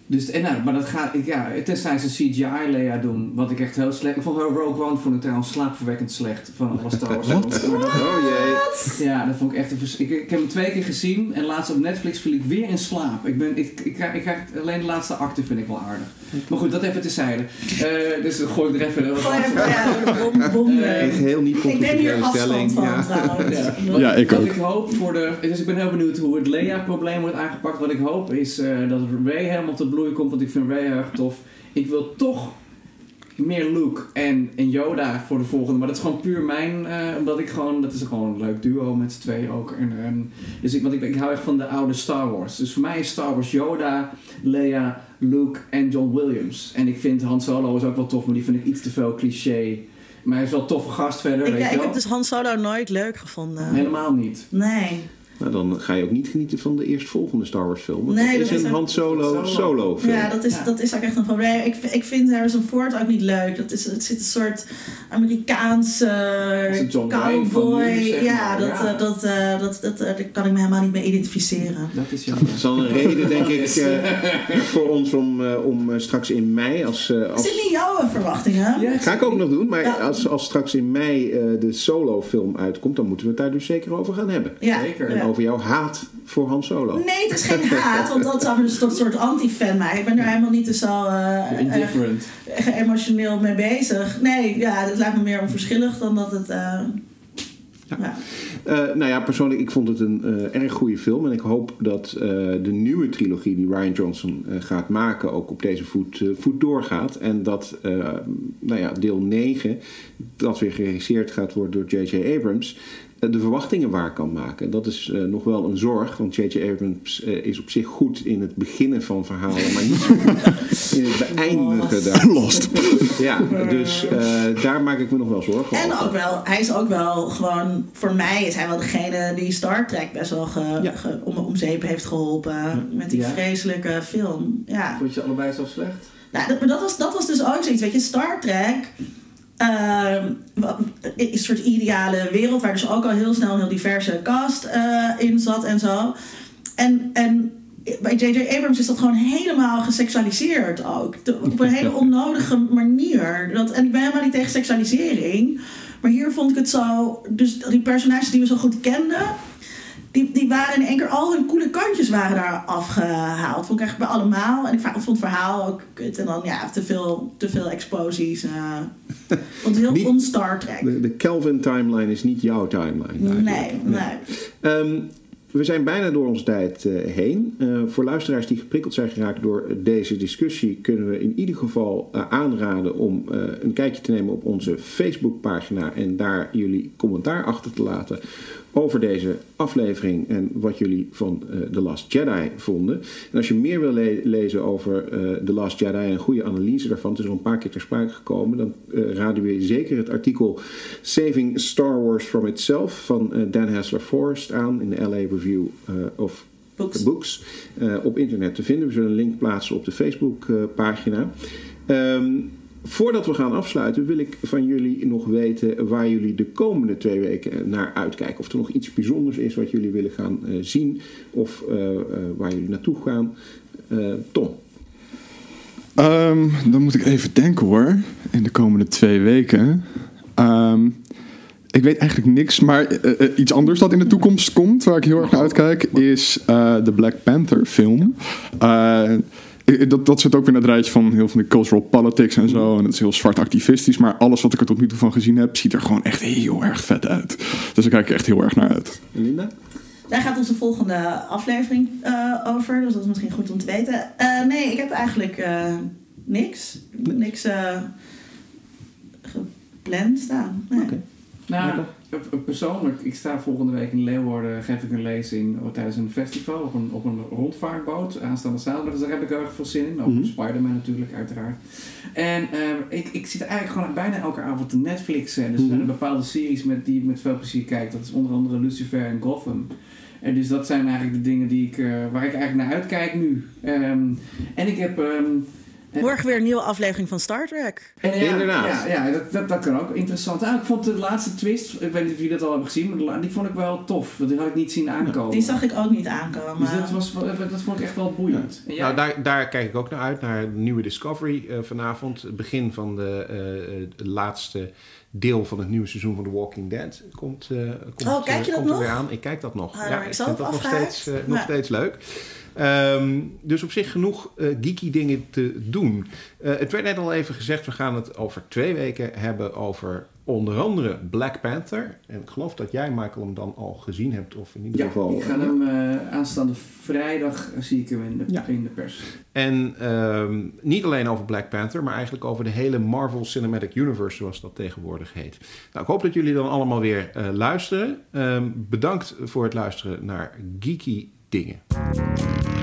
Dus, en nou, maar dat gaat, ja, tenzij ze C G I Leia doen, wat ik echt heel slecht... Ik vond Rogue One vond ik trouwens slaapverwekkend slecht van alle Star Wars. Wat? Oh jee. Ja, dat vond ik echt een vers- ik, ik heb hem twee keer gezien en laatst op Netflix viel ik weer in slaap. Ik ben, ik, ik, krijg, ik krijg alleen de laatste acte vind ik wel aardig. Maar goed, dat even terzijde. Uh, dus dan gooi ik er even... Gooi even, ja, bom, bom. Uh, Een geheel niet ik neem hier controversiële stelling. afstand van Ja. trouwens. Ja. Wat- Ja, ik Wat ook. ik hoop voor de... Dus ik ben heel benieuwd hoe het Leia-probleem wordt aangepakt. Wat ik hoop is uh, dat Rey helemaal te bloei komt, want ik vind Rey heel erg tof. Ik wil toch meer Luke en, en Yoda voor de volgende. Maar dat is gewoon puur mijn... Uh, omdat ik gewoon... Dat is gewoon een leuk duo met z'n tweeën ook. En, um, dus ik, want ik, ik hou echt van de oude Star Wars. Dus voor mij is Star Wars Yoda, Leia, Luke en John Williams. En ik vind Han Solo is ook wel tof, maar die vind ik iets te veel cliché. Maar hij is wel een toffe gast verder, Ik, weet ja, je ik wel. heb dus Han Solo nooit leuk gevonden. Helemaal niet. Nee. Nou, dan ga je ook niet genieten van de eerstvolgende Star Wars film. Want Nee, dat dat is is een ook- Han Solo Solo. solo film. Ja, dat is, Ja. dat is ook echt een probleem. Ik, ik vind Harrison Ford ook niet leuk. Dat is, het zit een soort Amerikaanse is een John Wayne van cowboy. nu, zeg Ja, maar. dat, Ja. uh, dat, uh, dat, dat, uh, daar kan ik me helemaal niet mee identificeren. Dat is jammer. Dat is dan een reden, denk ik, uh, voor ons om, uh, om uh, straks in mei... Als, uh, Is als... dit niet jouw uh, verwachtingen? Ja, Ga ik ook nog doen, maar Ja. als, als straks in mei uh, de solo-film uitkomt... dan moeten we het daar dus zeker over gaan hebben. Ja, Zeker. En ja. over jouw haat voor Han Solo. Nee, het is geen haat, want dat zou me dus tot een soort anti-fan maken. Ik ben er helemaal niet zo uh, uh, Indifferent. emotioneel mee bezig. Nee, ja, het lijkt me meer onverschillig dan dat het... Uh, Ja. ja. Uh, nou ja, persoonlijk, ik vond het een uh, erg goede film. En ik hoop dat uh, de nieuwe trilogie die Rian Johnson uh, gaat maken... ook op deze voet, uh, voet doorgaat. En dat uh, nou ja, deel negen, dat weer geregisseerd gaat worden door J J Abrams... de verwachtingen waar kan maken. Dat is uh, nog wel een zorg, want J J Abrams uh, is op zich goed in het beginnen van verhalen, maar niet zo goed in het beëindigen daar. Lost. Ja, dus uh, daar maak ik me nog wel zorgen En over. ook wel, hij is ook wel gewoon, voor mij is hij wel degene die Star Trek best wel ge, Ja. ge, om, om zeep heeft geholpen. Ja. Met die Ja. vreselijke film. Ja. Vond je ze allebei zo slecht? Nou, dat, maar dat was, dat was dus ook zoiets, weet je, Star Trek... Uh, een soort ideale wereld waar dus ook al heel snel een heel diverse cast uh, in zat en zo. En, en bij J J Abrams is dat gewoon helemaal geseksualiseerd ook. De, op een hele onnodige manier. Dat, en ik ben helemaal niet tegen seksualisering. Maar hier vond ik het zo... Dus die personages die we zo goed kenden... Die, die waren in één keer, al hun coole kantjes waren daar afgehaald. Vond ik echt bij allemaal. En ik vond het verhaal ook kut. En dan ja, te veel, te veel explosies. Uh, vond het heel Niet- on-Star Trek. De, de Kelvin timeline is niet jouw timeline. Nee, eigenlijk. nee. Um, we zijn bijna door onze tijd uh, heen. Uh, voor luisteraars die geprikkeld zijn geraakt door deze discussie... kunnen we in ieder geval uh, aanraden om uh, een kijkje te nemen op onze Facebookpagina... en daar jullie commentaar achter te laten over deze aflevering... en wat jullie van uh, The Last Jedi vonden. En als je meer wil le- lezen over uh, The Last Jedi... en een goede analyse daarvan, het is al een paar keer ter sprake gekomen... dan uh, raden we je zeker het artikel Saving Star Wars from Itself... van uh, Dan Hassler-Forrest aan in de L A Review uh, of Books. Books uh, op internet te vinden. We zullen een link plaatsen op de Facebookpagina. Uh, um, Voordat we gaan afsluiten wil ik van jullie nog weten waar jullie de komende twee weken naar uitkijken. Of er nog iets bijzonders is wat jullie willen gaan uh, zien of uh, uh, waar jullie naartoe gaan. Uh, Tom. Um, dan moet ik even denken hoor, in de komende twee weken. Um, ik weet eigenlijk niks, maar uh, uh, iets anders dat in de toekomst komt, waar ik heel erg naar uitkijk, is uh, de Black Panther film. Uh, Dat, dat zit ook weer in het rijtje van heel veel van de cultural politics en zo. En het is heel zwart activistisch. Maar alles wat ik er tot nu toe van gezien heb, ziet er gewoon echt heel erg vet uit. Dus daar kijk ik echt heel erg naar uit. En Linda? Daar gaat onze volgende aflevering uh, over. Dus dat is misschien goed om te weten. Uh, nee, ik heb eigenlijk uh, niks. Niks uh, gepland staan. Nee. Okay. Nou, persoonlijk, ik sta volgende week in Leeuwarden, geef ik een lezing tijdens een festival op een, op een rondvaartboot aanstaande zaterdag. Dus daar heb ik heel erg veel zin in. Over Mm-hmm. Spider-Man natuurlijk, uiteraard. En uh, ik, ik zit eigenlijk gewoon bijna elke avond te Netflixen. Dus er zijn Mm-hmm. bepaalde series met, die ik met veel plezier kijk. Dat is onder andere Lucifer en Gotham. En dus dat zijn eigenlijk de dingen die ik, uh, waar ik eigenlijk naar uitkijk nu. Um, en ik heb... Um, Morgen weer een nieuwe aflevering van Star Trek. En ja, Inderdaad. Ja, ja dat, dat, dat kan ook interessant. Ah, ik vond de laatste twist, ik weet niet of jullie dat al hebben gezien, maar de la- die vond ik wel tof. Want die had ik niet zien aankomen. Die zag ik ook niet aankomen. Dus dat, was, dat vond ik echt wel boeiend. En jij? Nou, daar, daar kijk ik ook naar uit, naar de nieuwe Discovery uh, vanavond. Het begin van de uh, laatste deel van het nieuwe seizoen van The Walking Dead komt, uh, komt, oh, kijk je uh, dat komt er nog? weer aan. Ik kijk dat nog. Ah, ja, ik ik zal vind het dat nog afgehaakt. steeds, uh, nog Ja. steeds leuk. Um, dus op zich genoeg uh, geeky dingen te doen. Uh, het werd net al even gezegd, we gaan het over twee weken hebben over onder andere Black Panther. En ik geloof dat jij, Michael, hem dan al gezien hebt. Of in ieder Ja, geval. ik ga hem uh, aanstaande vrijdag uh, zie ik hem in de, Ja. in de pers. En um, niet alleen over Black Panther, maar eigenlijk over de hele Marvel Cinematic Universe, zoals dat tegenwoordig heet. Nou, ik hoop dat jullie dan allemaal weer uh, luisteren. Um, bedankt voor het luisteren naar Geeky Dingen.